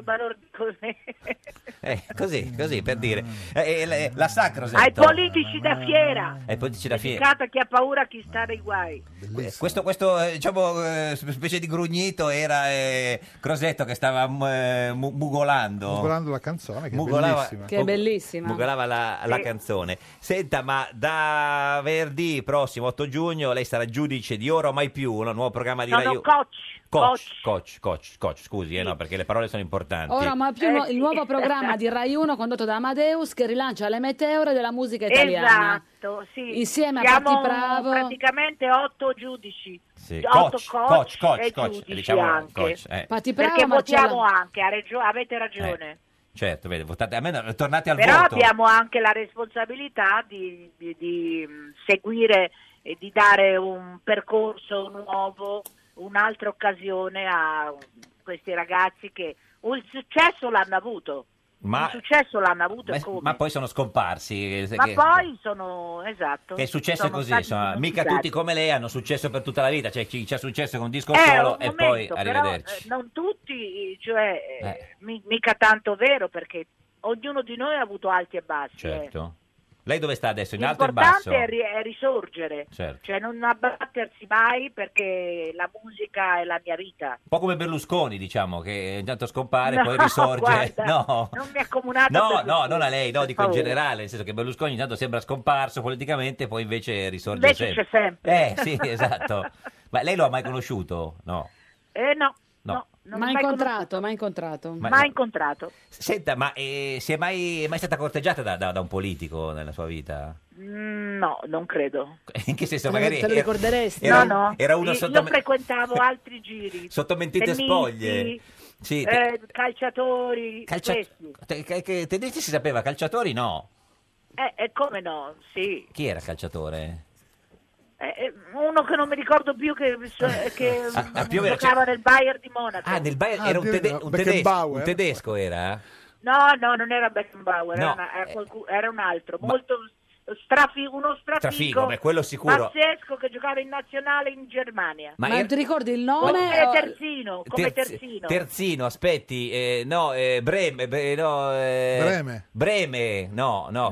Così per dire. La sa Crosetto? Ai politici da fiera. Ai politici da fiera. Dedicato a chi ha paura, a chi sta nei guai. Questo specie di grugnito era Crosetto che stava mugolando. Mugolando la canzone, che Che è bellissima. Mugolava la canzone. Senta, ma da venerdì prossimo, 8 giugno, lei sarà giudice di Ora o Mai Più, un nuovo programma di Rai. Coach, scusi, no, perché le parole sono importanti. Ora, ma più il nuovo programma di Rai 1 condotto da Amadeus che rilancia le meteore della musica italiana. Esatto, sì. Insieme Siamo a Patti Bravo. praticamente 8 giudici. Sì. 8 coach e coach, giudici diciamo anche. coach, Patti Bravo, perché votiamo Marcella... anche, avete ragione. Certo, vede, votate, tornate al Però voto. abbiamo anche la responsabilità di seguire e di dare un percorso nuovo, un'altra occasione a questi ragazzi che un successo l'hanno avuto. Ma, un successo l'hanno avuto ma poi sono scomparsi. Ma poi sono, esatto. Che è successo sono così, stati insomma, mica pubblicati. tutti come lei hanno successo per tutta la vita, cioè chi c'ha successo con un disco solo e poi arrivederci. Però, non tutti, cioè, mica tanto vero, perché ognuno di noi ha avuto alti e bassi. Certo. Lei dove sta adesso? In alto e in basso? L'importante è risorgere, Certo. cioè non abbattersi mai, perché la musica è la mia vita. Un po' come Berlusconi, diciamo, che intanto scompare, No, poi risorge. guarda, No, non mi accomunate. no, non a lei, no, dico in favore. generale, nel senso che Berlusconi intanto sembra scomparso politicamente, poi invece risorge Invece c'è sempre. Sì, esatto. Ma lei lo ha mai conosciuto? No. No. No. Mai incontrato. Mai incontrato. Senta, ma è mai stata corteggiata da un politico nella sua vita? No, non credo. In che senso? Magari te lo ricorderesti? No. Era uno Io frequentavo altri giri. sotto mentite Tennisti, spoglie. Sì, calciatori. questi. Tedeschi si sapeva, calciatori no. Come no? Sì. Chi era calciatore? Uno che non mi ricordo più che più o meno, giocava nel Bayern di Monaco. Nel Bayern era un tedesco era? No, non era Beckenbauer, No. era un altro, molto uno Strafigo, beh, quello sicuro. pazzesco che giocava in nazionale in Germania. Ma non ti ricordi il nome? Come terzino. Terzino, aspetti, Breme, no. Non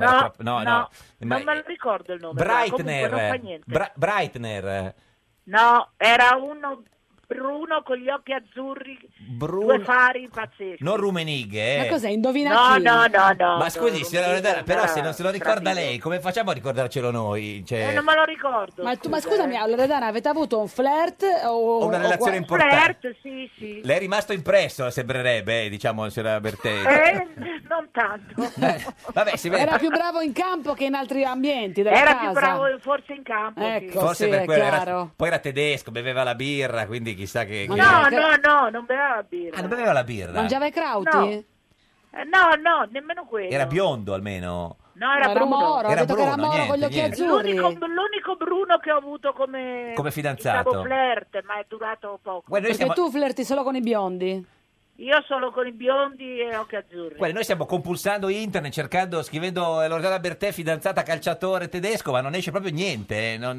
me lo ricordo il nome. Breitner, comunque non fa niente. Breitner. No, era uno bruno con gli occhi azzurri, due fari pazzeschi. Non Rumenighe, Ma cos'è? Indovina chi? No. Ma scusi, signora Loredana, però se non se lo ricorda Strafigo. lei, come facciamo a ricordarcelo noi? Cioè, Non me lo ricordo. Ma scusami, Loredana, avete avuto un flirt o una relazione importante? Flirt, sì. Le è rimasto impresso, sembrerebbe, diciamo, signora Bertelli. Non tanto. Vabbè, si vede. era più bravo in campo che in altri ambienti della Era casa? più bravo forse in campo. Ecco, Forse sì, per è quello chiaro. poi era tedesco, beveva la birra, quindi chissà che... No, non beveva la birra. Non beveva la birra. Mangiava i crauti? No, nemmeno quello. Era biondo almeno. No, era Bruno. Moro, Era ha detto che era Bruno, Moro con gli niente, occhi azzurri. L'unico Bruno che ho avuto come fidanzato. diciamo, flirt, ma è durato poco. Perché tu flirti solo con i biondi? Io solo con i biondi e occhi azzurri. Noi stiamo compulsando internet, scrivendo Loredana Bertè, fidanzata calciatore tedesco, ma non esce proprio niente. Non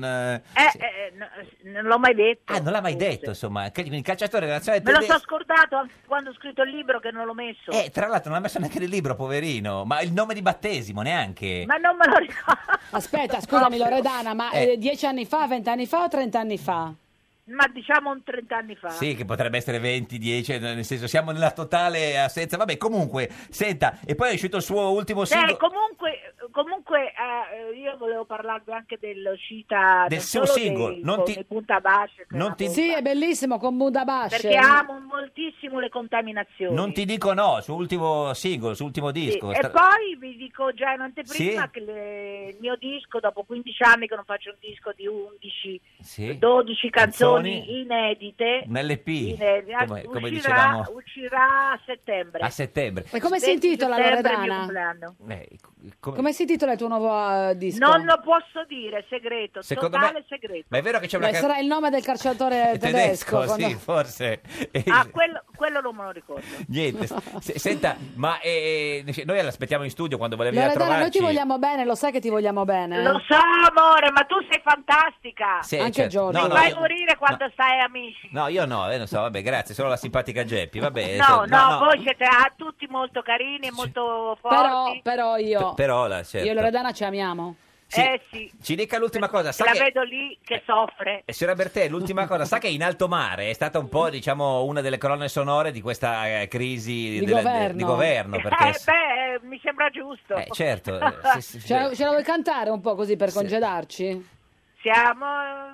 l'ho mai detto. non l'ha mai detto, insomma. Il calciatore nazionale Me lo tedesco. so scordato anche quando ho scritto il libro che non l'ho messo. Tra l'altro non ha messo neanche nel libro, poverino. Ma il nome di battesimo neanche. Ma non me lo ricordo. Aspetta, scusami Loredana, ma 10 anni fa, 20 anni fa o 30 anni fa? Ma diciamo un 30 anni fa. Sì, che potrebbe essere 20, 10, nel senso siamo nella totale assenza. Vabbè, comunque, senta, e poi è uscito il suo ultimo singolo. Comunque io volevo parlarvi anche dell'uscita del suo singolo, con il Punta Basce. Sì, è bellissimo con Buddha Basce. Perché amo moltissimo le contaminazioni. Non ti dico no, suo ultimo singolo, suo ultimo disco. E poi vi dico già in anteprima Sì? che il mio disco, dopo 15 anni che non faccio un disco di 11, 12 canzoni inedite, un LP, come dicevamo uscirà a settembre. a settembre. E come si intitola Loredana? Come si intitola il tuo nuovo disco? Non lo posso dire, segreto, Secondo totale me- segreto. Ma è vero che c'è una sarà il nome del calciatore tedesco. quando- sì, forse. Quello non me lo ricordo. Niente. Senta, ma noi l'aspettiamo in studio quando volevi Loredana, trovarci. noi ti vogliamo bene, lo sai che ti vogliamo bene. Lo so, amore, ma tu sei fantastica. Sì, Anche certo. Giorgio. No, Mi no, fai io- morire quando stai amici. No, io no, non so, vabbè, grazie, solo la simpatica Geppi, vabbè. No, voi siete tutti molto carini e molto forti. Però io certo. io e Loredana ci amiamo. Sì. Ci dica l'ultima cosa, sa La che... vedo lì che soffre. Signora Bertè, l'ultima cosa, sa che in alto mare è stata un po', diciamo, una delle colonne sonore di questa crisi Di di governo, perché... Mi sembra giusto. certo. Ce la vuoi cantare un po' così per congedarci? Siamo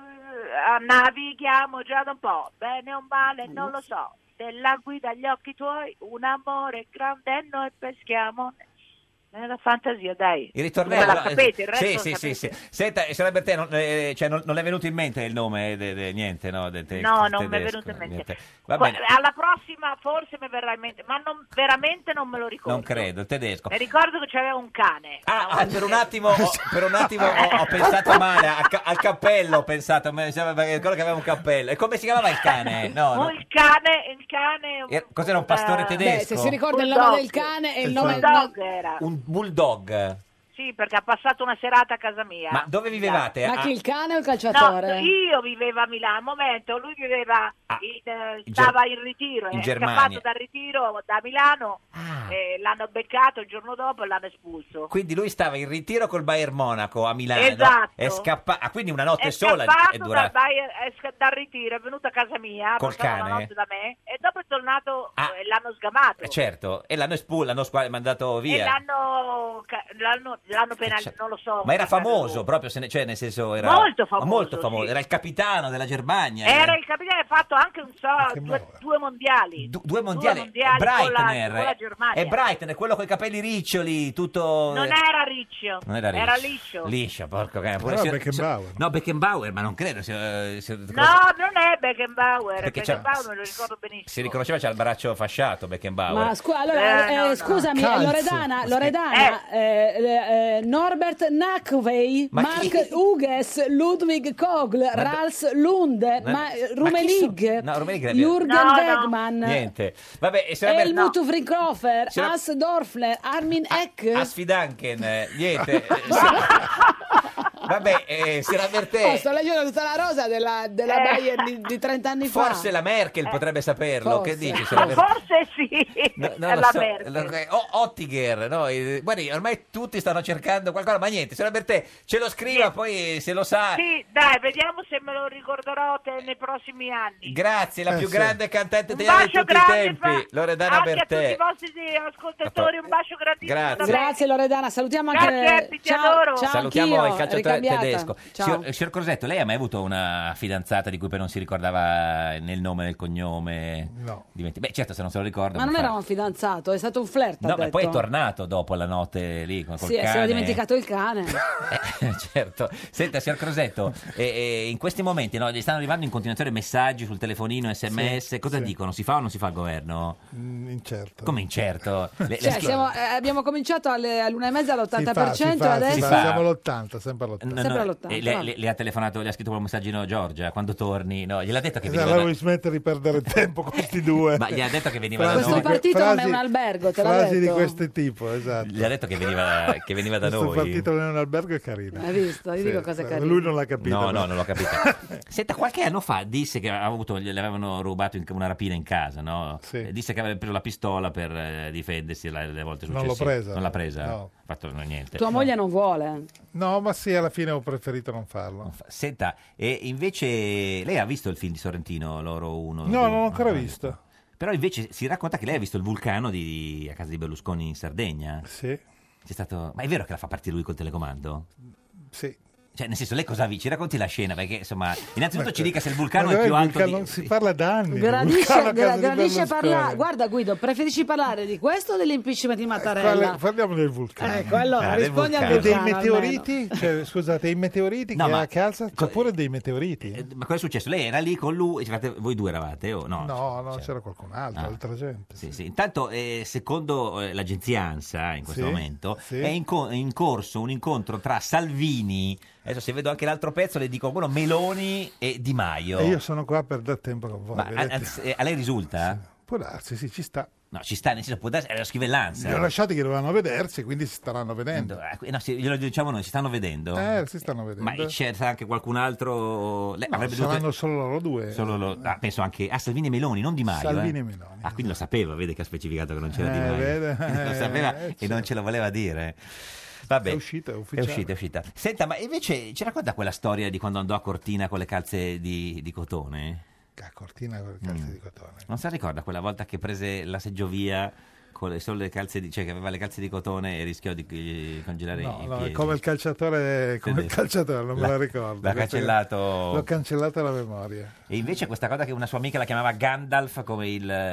navighiamo già da un po', bene o male non lo so. Della guida agli occhi tuoi, un amore grande e noi peschiamo. Nella fantasia, dai. Il ritornello, Ma la sapete, il resto lo sì. sapete. Senta, signora Bertè, non le è venuto in mente il nome niente, no? No, non mi è venuto in mente. Niente. Va bene, Alla prossima forse mi verrà in mente, ma veramente non me lo ricordo. non credo, il tedesco. Mi ricordo che c'aveva un cane. Per un attimo ho pensato male, al cappello ho pensato, mi ricordo che aveva un cappello. E come si chiamava il cane? No. Il cane. Cos'era, un pastore tedesco? Beh, se si ricorda il nome del cane e il nome Bulldog era. Un bulldog. Sì, perché ha passato una serata a casa mia. Ma dove vivevate? Ma chi, il cane o il calciatore? No, io vivevo a Milano, un momento, lui viveva stava in ritiro, in è Germania. scappato dal ritiro da Milano, l'hanno beccato il giorno dopo e l'hanno espulso. Quindi lui stava in ritiro col Bayern Monaco a Milano. Esatto. È scappato. Quindi una notte È sola scappato è durata. dal ritiro, è venuto a casa mia, Col passava cane? la notte da me e dopo è tornato e l'hanno sgamato. Certo, e l'hanno mandato E via. l'hanno l'hanno non lo so. Ma era famoso proprio, cioè nel senso era Molto famoso, molto famoso. sì. Era il capitano della Germania. Era il capitano, ha fatto anche due mondiali. Due mondiali. Con la Breitner. Germania. È Breitner, quello con i capelli riccioli, tutto. Non era riccio. Non era riccio. Era liscio. Liscio, porco cane. Però Beckenbauer. No, Beckenbauer, ma non credo. No, non è Beckenbauer. Perché Beckenbauer me lo ricordo benissimo. si riconosceva, c'ha il braccio fasciato Beckenbauer. Ma allora, scusami, Loredana, Norbert Nackvey, Ma Mark Hughes, Ludwig Kogl, Rals Lunde, Rummenigge, Jürgen Wegmann, Niente. Vabbè, Helmut Frinkhofer, Hans Dorfler, Armin Eck. Asfidanken, niente. Vabbè, si era avvertente. Sto leggendo tutta la rosa della Bayern di 30 anni fa. Forse la Merkel potrebbe saperlo. Forse. Che dici? Forse sì. No, la Merkel. Ottiger, no? Guardi, ormai tutti stanno cercando qualcosa, ma niente, signora Bertè, ce lo scriva, poi se lo sa. Sì, dai, vediamo se me lo ricorderò nei prossimi anni. Grazie, la più grande cantante italiana di tutti i tempi, Loredana Bertè. Anche a tutti i vostri ascoltatori, un bacio grandissimo. Grazie Loredana, salutiamo Grazie, anche Happy, ti adoro. Salutiamo il calciatore tedesco. Ciao. Signor Crosetto, lei ha mai avuto una fidanzata di cui poi non si ricordava né il nome né il cognome? No. Beh, certo, se non se lo ricorda. Ma non era un fidanzato, è stato un flirt. No, ha ma detto. poi è tornato dopo la notte lì col Sì, cane. si era dimenticato il cane. Certo. Senta, signor Crosetto, in questi momenti gli stanno arrivando in continuazione messaggi sul telefonino, sms. Sì, cosa sì. dicono? Si fa o non si fa il governo? Incerto. Come incerto? Abbiamo cominciato all'1,5 all'80% Si fa, adesso siamo all'80, sempre all'80. Sempre all'80. Le ha telefonato, le ha scritto un messaggino Giorgia quando torni? No, gliel'ha detto che veniva Allora vuoi smettere di perdere tempo con questi due? Ma gli ha detto che veniva da questo noi. partito non è un albergo, te l'ha Frasi di detto. questo tipo, esatto. Gli ha detto che veniva da Questo noi. partito non è un albergo, è carino. Hai visto? Io dico cose carine. Lui non l'ha capito. No, non l'ho capito. Senta, qualche anno fa disse che gli avevano rubato una rapina in casa, no? Disse che aveva preso la pistola per difendersi le volte successive. Non l'ho presa. Non l'ha presa? No. Ha fatto niente. Tua moglie non vuole. No, ma sì, alla fine ho preferito non farlo. Senta, e invece lei ha visto il film di Sorrentino, Loro 1? No, non l'ho ancora visto. Però invece si racconta che lei ha visto il vulcano a casa di Berlusconi in Sardegna. Sì. C'è stato... Ma è vero che la fa partire lui col telecomando? Sì. Cioè, nel senso, lei cosa ci racconti la scena? Perché, insomma, innanzitutto ci dica se il vulcano è più alto di... Si parla da anni. Gradisce parlare. Guarda Guido, preferisci parlare di questo o dell'impeachment di Mattarella? Parliamo del vulcano. Ecco, allora rispondi al E vulcano. dei meteoriti? Cioè, scusate, i meteoriti No, che ma- a casa? C'è pure dei meteoriti? Ma cosa è successo? Lei era lì con lui, voi due eravate? O no? No, c'era qualcun altro, Ah. altra gente. Sì. Intanto, secondo l'agenzia ANSA, in questo Sì, momento, sì. è in corso un incontro tra Salvini, adesso se vedo anche l'altro pezzo le dico quello, Meloni e Di Maio. E io sono qua per dar tempo con voi. Ma vedete? a lei risulta? Può darsi, sì, ci sta. No, ci sta, nel senso, può darsi, lo scrive l'ANSA. Li ho lasciati che dovevano vedersi, quindi si staranno vedendo. No, glielo diciamo noi, si stanno vedendo? Si stanno vedendo. Ma c'è anche qualcun altro? Lei No, avrebbe saranno dovuto... solo loro due. penso anche a Salvini e Meloni, non Di Maio. Salvini e Meloni. Ah, quindi lo sapeva, vede che ha specificato che non c'era Di Maio. vede? Lo sapeva e non ce lo voleva dire. Vabbè, È uscita, è ufficiale. È uscita. Senta, ma invece ci racconta quella storia di quando andò a Cortina con le calze di cotone? A Cortina con le calze di cotone. Non si ricorda quella volta che prese la seggiovia con solo le calze cioè che aveva le calze di cotone e rischiò di congelare i piedi? Come il calciatore, non me la ricordo. L'ha cancellato. L'ho cancellato alla memoria. E invece questa cosa che una sua amica la chiamava Gandalf come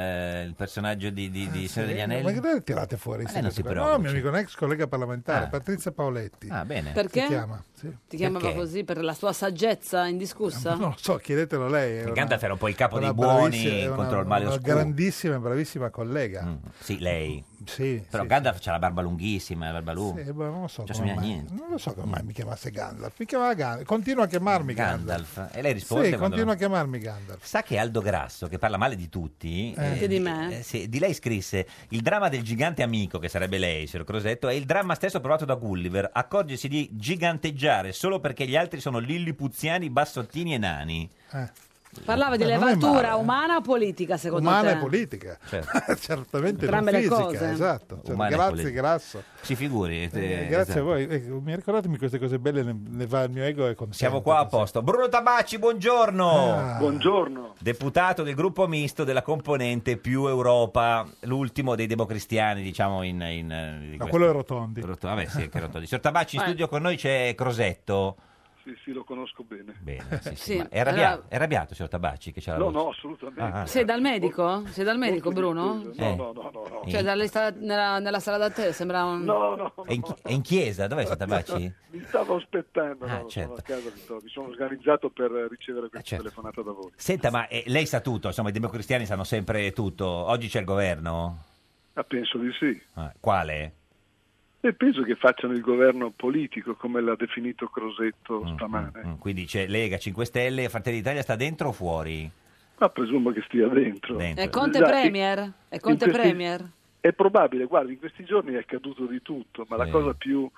il personaggio di Signore degli Anelli. Ma che dove tirate fuori? Ma lei non si No, preoccupi. mio amico, un ex collega parlamentare, Ah. Patrizia Paoletti. Ah, bene. Perché? Si chiama, sì. Ti chiamava Perché? così per la sua saggezza indiscussa? Non lo so, chiedetelo lei. È Gandalf era un po' il capo dei una buoni bravissima- contro il male una oscuro. grandissima e bravissima collega. Sì, lei. Sì, Però sì, Gandalf c'ha la barba lunghissima, la barba lunga. sì, non lo so Ci come assomiglia a mai. niente. Non lo so come mai mi chiamasse Gandalf. Mi chiamava Gandalf. Continua a chiamarmi Gandalf. Gandalf. E lei risponde Sì, quando- continua a chiamarmi Gandalf. Sa che Aldo Grasso, che parla male di tutti, Anche di me? sì, di lei scrisse: il dramma del gigante amico, che sarebbe lei, signor Crosetto, è il dramma stesso provato da Gulliver, accorgersi di giganteggiare solo perché gli altri sono lillipuziani, bassottini e nani. Parlava di non è levatura male. umana o politica, secondo Umana te? e politica. Certo. Certamente Entrambe non le fisica, cose. esatto. Cioè, Umana e grazie, politica. Grasso. Si figuri. Grazie esatto. a voi. Ecco, mi ricordatemi queste cose belle, ne va il mio ego e contento. Siamo qua a posto. Bruno Tabacci, buongiorno. Buongiorno. Deputato del gruppo misto della componente Più Europa, l'ultimo dei democristiani, diciamo di No, questo. quello è Rotondi. Vabbè, sì, anche Rotondi. Signor Tabacci, in studio con noi c'è Crosetto. Sì, lo conosco bene. Bene, sì, sì. Sì. Ma è arrabbiato, signor Tabacci? Che c'ha la No, voce? no, assolutamente. Sei dal medico? Sei dal medico, Bruno? No. Cioè, nella sala da te sembra un... No. È in chiesa? Dov'è, signor Tabacci? Mi stavo aspettando, certo. sono a casa, mi sono organizzato per ricevere questa certo. telefonata da voi. Senta, ma lei sa tutto, insomma, i democristiani sanno sempre tutto. Oggi c'è il governo? Penso di sì. Quale? E penso che facciano il governo politico, come l'ha definito Crosetto stamane. Quindi c'è Lega, 5 Stelle, Fratelli d'Italia sta dentro o fuori? Ma presumo che stia dentro. È Conte Premier? È Conte Premier? È probabile, guardi, in questi giorni è accaduto di tutto, ma la cosa più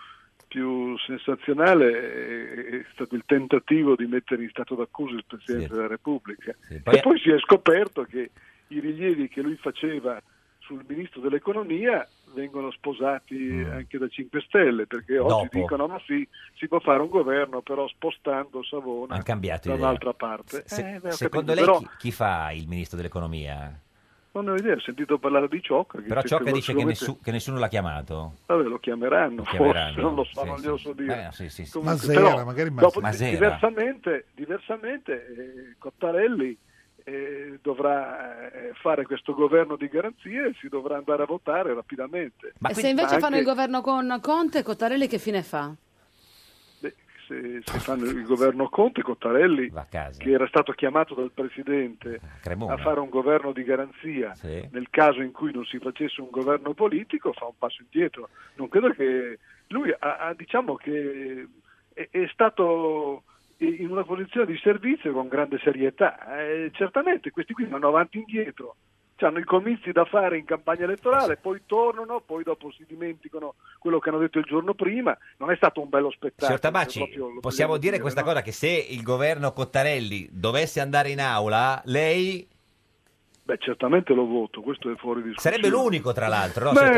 sensazionale è stato il tentativo di mettere in stato d'accusa il Presidente della Repubblica. E poi si è scoperto che i rilievi che lui faceva sul Ministro dell'Economia vengono sposati anche da 5 Stelle, perché oggi dicono ma sì, si può fare un governo però spostando Savona da un'altra parte. Secondo lei però, chi fa il Ministro dell'Economia? non ho idea, ho sentito parlare di Ciocca. Però Ciocca dice che nessuno l'ha chiamato. Vabbè, lo chiameranno, forse, non lo so, non glielo so dire. Comunque, Masera, però, magari dopo, Masera. diversamente Cottarelli dovrà fare questo governo di garanzie e si dovrà andare a votare rapidamente. E se invece fanno il governo con Conte, Cottarelli che fine fa? Se fanno il governo Conte, Cottarelli, che era stato chiamato dal Presidente a fare un governo di garanzia, nel caso in cui non si facesse un governo politico, fa un passo indietro. Non credo che lui diciamo che è stato in una posizione di servizio con grande serietà. Certamente questi qui vanno avanti e indietro, hanno i comizi da fare in campagna elettorale, poi tornano, poi dopo si dimenticano quello che hanno detto il giorno prima. Non è stato un bello spettacolo. Signor Tabacci, possiamo dire questa cosa, che se il governo Cottarelli dovesse andare in aula, lei... Beh, certamente lo voto, questo è fuori discussione. Sarebbe l'unico, tra l'altro, no?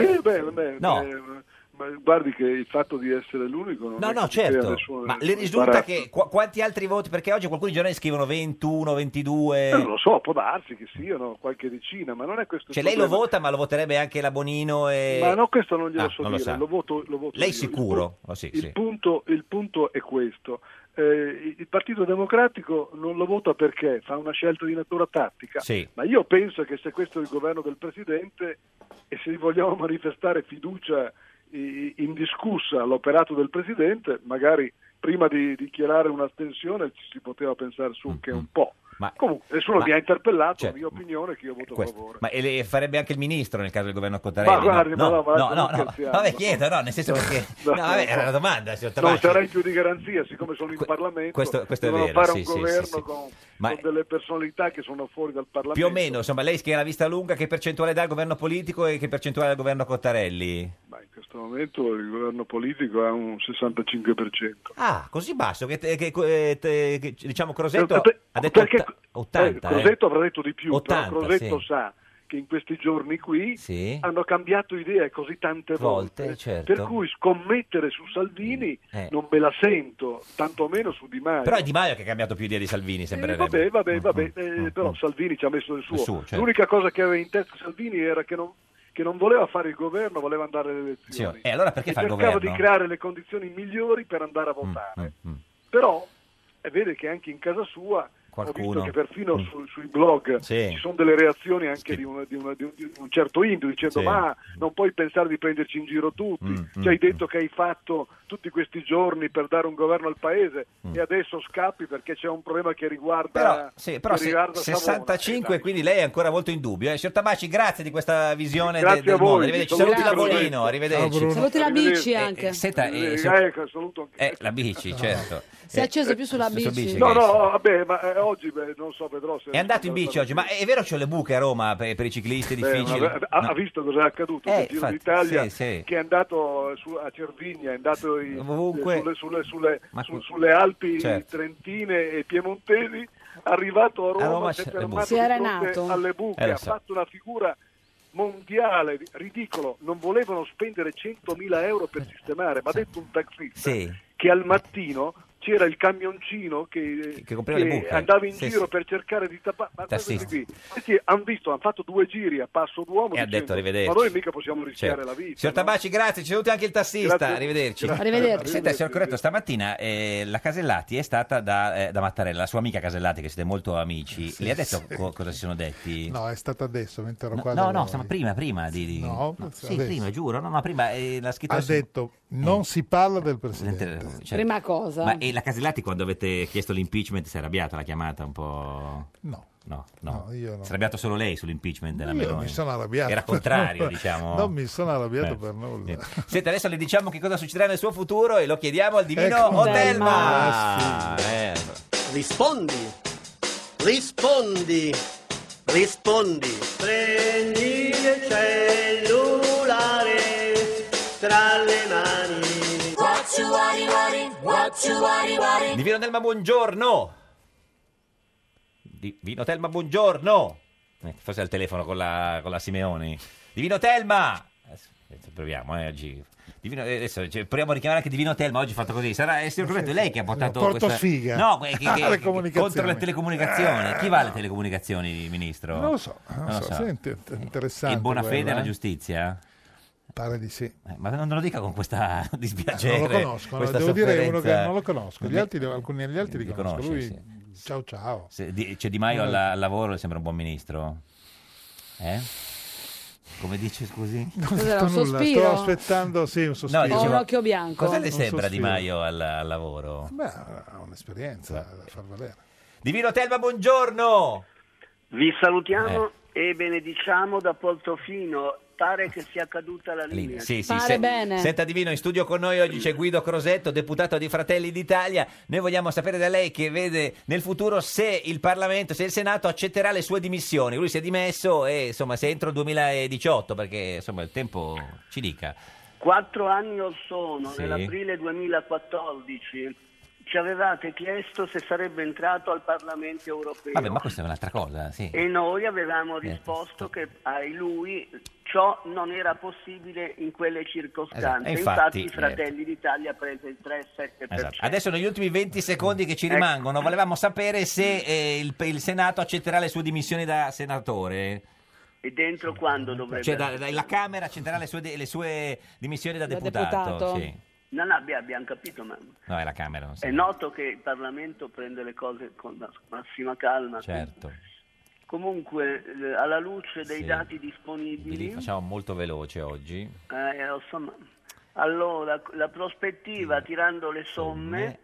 Ma guardi che il fatto di essere l'unico non è No, certo, ma le risulta che quanti altri voti? Perché oggi alcuni giornali scrivono 21, 22... Non lo so, può darsi che siano qualche decina, ma non è questo il Cioè lei lo problema. vota, ma lo voterebbe anche la Bonino e... Ma no, questo non glielo so non lo dire, sa. lo voto Lei io. sicuro? Il punto è questo. Il Partito Democratico non lo vota perché fa una scelta di natura tattica, ma io penso che se questo è il governo del Presidente e se vogliamo manifestare fiducia indiscussa all'operato del Presidente, magari prima di dichiarare un'astensione ci si poteva pensare su che un po'. Comunque nessuno mi ha interpellato, la mia opinione è che io voto a favore. Ma le farebbe anche il ministro nel caso del governo Cottarelli? Ma guardi, no, scherziamo. vabbè, chiedo, nel senso perché... era una domanda, signor Tabacci. Non sarei più di garanzia, siccome sono in Parlamento, questo è devono vero, fare un governo con delle personalità che sono fuori dal Parlamento. Più o meno, insomma, lei che ha la vista lunga, che percentuale dà il governo politico e che percentuale dà il governo Cottarelli? In questo momento il governo politico ha un 65%. Ah, così basso, che diciamo Crosetto ha detto 80. Crosetto avrà detto di più, 80, però Crosetto sa che in questi giorni qui hanno cambiato idea così tante volte, certo. per cui scommettere su Salvini non me la sento, tantomeno su Di Maio. Però è Di Maio che ha cambiato più idea di Salvini, sembrerebbe. Vabbè, però Salvini ci ha messo il suo. certo. L'unica cosa che aveva in testa Salvini era che non voleva fare il governo, voleva andare alle elezioni. E allora perché fa il cercava governo? di creare le condizioni migliori per andare a votare. Però vede che anche in casa sua ho visto che perfino sui blog ci sono delle reazioni anche di un certo indro dicendo ma non puoi pensare di prenderci in giro tutti, ci hai detto che hai fatto tutti questi giorni per dare un governo al paese e adesso scappi perché c'è un problema che riguarda però riguarda 65, quindi lei è ancora molto in dubbio. Signor Tabacci, grazie di questa visione Grazie del a voi, mondo. Arrivederci. Saluti la Saluti, Bonino, arrivederci. Saluti la bici anche. La bici, certo. Si è acceso più sulla bici. No, vabbè, ma oggi, non so, vedrò se... È andato in bici oggi, ma è vero c'è le buche a Roma per i ciclisti, è difficile? Ha visto cosa è accaduto nel Giro d'Italia, sì. che è andato a Cervinia, è andato ovunque sulle Alpi certo. trentine e piemontesi, arrivato a Roma si è fermato si era nato alle buche, ha fatto una figura mondiale, ridicolo, non volevano spendere 100.000 euro per sistemare, ma ha detto un taxista che al mattino c'era il camioncino che le buche. andava in giro per cercare di tappare. Ma questi hanno fatto 2 giri a passo d'uomo e ha detto arrivederci. Ma noi mica possiamo rischiare la vita. Signor Tabacci, grazie, ci saluti anche il tassista. Grazie. Arrivederci. Arrivederci. Senta, signor Corretto, stamattina la Casellati è stata da Mattarella, la sua amica Casellati, che siete molto amici. Le ha detto cosa si sono detti? No, è stato adesso, mentre ero qua. No, stiamo prima di... No, sì, prima, giuro. No, prima l'ha scritto. Ha detto non si parla del Presidente. Certo. Prima cosa. Ma la Casellati quando avete chiesto l'impeachment si è arrabbiata, l'ha chiamata un po'... No, io no. Si è arrabbiato solo lei sull'impeachment della Meloni. Io mi sono arrabbiato. Era contrario, diciamo. Non mi sono arrabbiato per nulla. Senta, adesso le diciamo che cosa succederà nel suo futuro e lo chiediamo al divino Otelma. Rispondi. Prendi il cellulare tra le mani. Divino Telma, buongiorno. Divino Telma, buongiorno. Forse al telefono con la Simeoni. Divino Telma. Adesso proviamo oggi. Adesso proviamo a richiamare anche Divino Telma. Oggi fatto così. Sarà signor Corretto lei che ha portato porto sfiga. No, contro le telecomunicazioni. Chi va alle telecomunicazioni, ministro? Non lo so. Senti, interessante. In buona fede alla giustizia? Pare di sì. Ma non lo dica con questa dispiacere. Non lo conosco, devo dire uno che non lo conosco. Alcuni degli altri li conosco. Lui, ciao. C'è Di Maio al lavoro, le sembra un buon ministro? Come dice, scusi? Cos'era, un sospiro? Sto aspettando, un sospiro. Ho un occhio bianco. Cosa le sembra Di Maio al lavoro? Beh, ha un'esperienza da far valere. Divino Telma, buongiorno! Vi salutiamo e benediciamo da Portofino. Pare che sia caduta la linea. Sì, Pare bene. Senta Divino, in studio con noi oggi c'è Guido Crosetto, deputato di Fratelli d'Italia. Noi vogliamo sapere da lei che vede nel futuro se il Parlamento, se il Senato accetterà le sue dimissioni. Lui si è dimesso e insomma se entro il 2018, perché insomma il tempo ci dica. 4 anni or sono, nell'aprile 2014 ci avevate chiesto se sarebbe entrato al Parlamento europeo. Vabbè, ma questa è un'altra cosa, sì. E noi avevamo risposto che a lui ciò non era possibile in quelle circostanze. Infatti Fratelli d'Italia ha preso il 3,7%. Esatto. Adesso negli ultimi 20 secondi che ci rimangono volevamo sapere se il Senato accetterà le sue dimissioni da senatore. E dentro quando dovrebbe... Cioè la Camera accetterà le sue dimissioni da deputato. Sì. No, abbiamo capito, ma no, è la Camera. È noto che il Parlamento prende le cose con la massima calma. Certo. Comunque, alla luce dei dati disponibili... Li facciamo molto veloce oggi. Insomma, allora, la prospettiva, tirando le somme,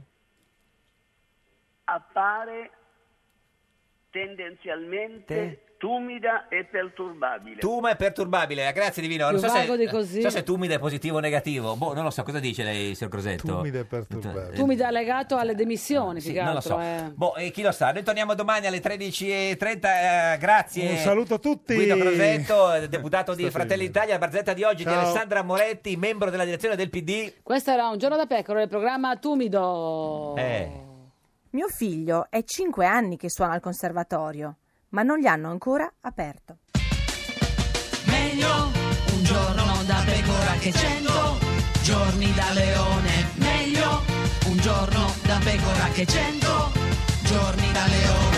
appare tendenzialmente... tumida e perturbabile. E perturbabile, grazie Divino. Non so se tumida è positivo o negativo. Non lo so, cosa dice lei, signor Crosetto? Tumida e perturbabile. Tumida legato alle dimissioni, più che altro. Non lo so. Chi lo sa? Noi torniamo domani alle 13:30. Grazie. Un saluto a tutti. Guido Crosetto, deputato di Fratelli d'Italia. La barzetta di oggi di Alessandra Moretti, membro della direzione del PD. Questo era Un giorno da pecora, il programma Tumido. Mio figlio è 5 anni che suona al conservatorio, ma non gli hanno ancora aperto. Meglio un giorno da pecora che 100 giorni da leone. Meglio un giorno da pecora che 100 giorni da leone.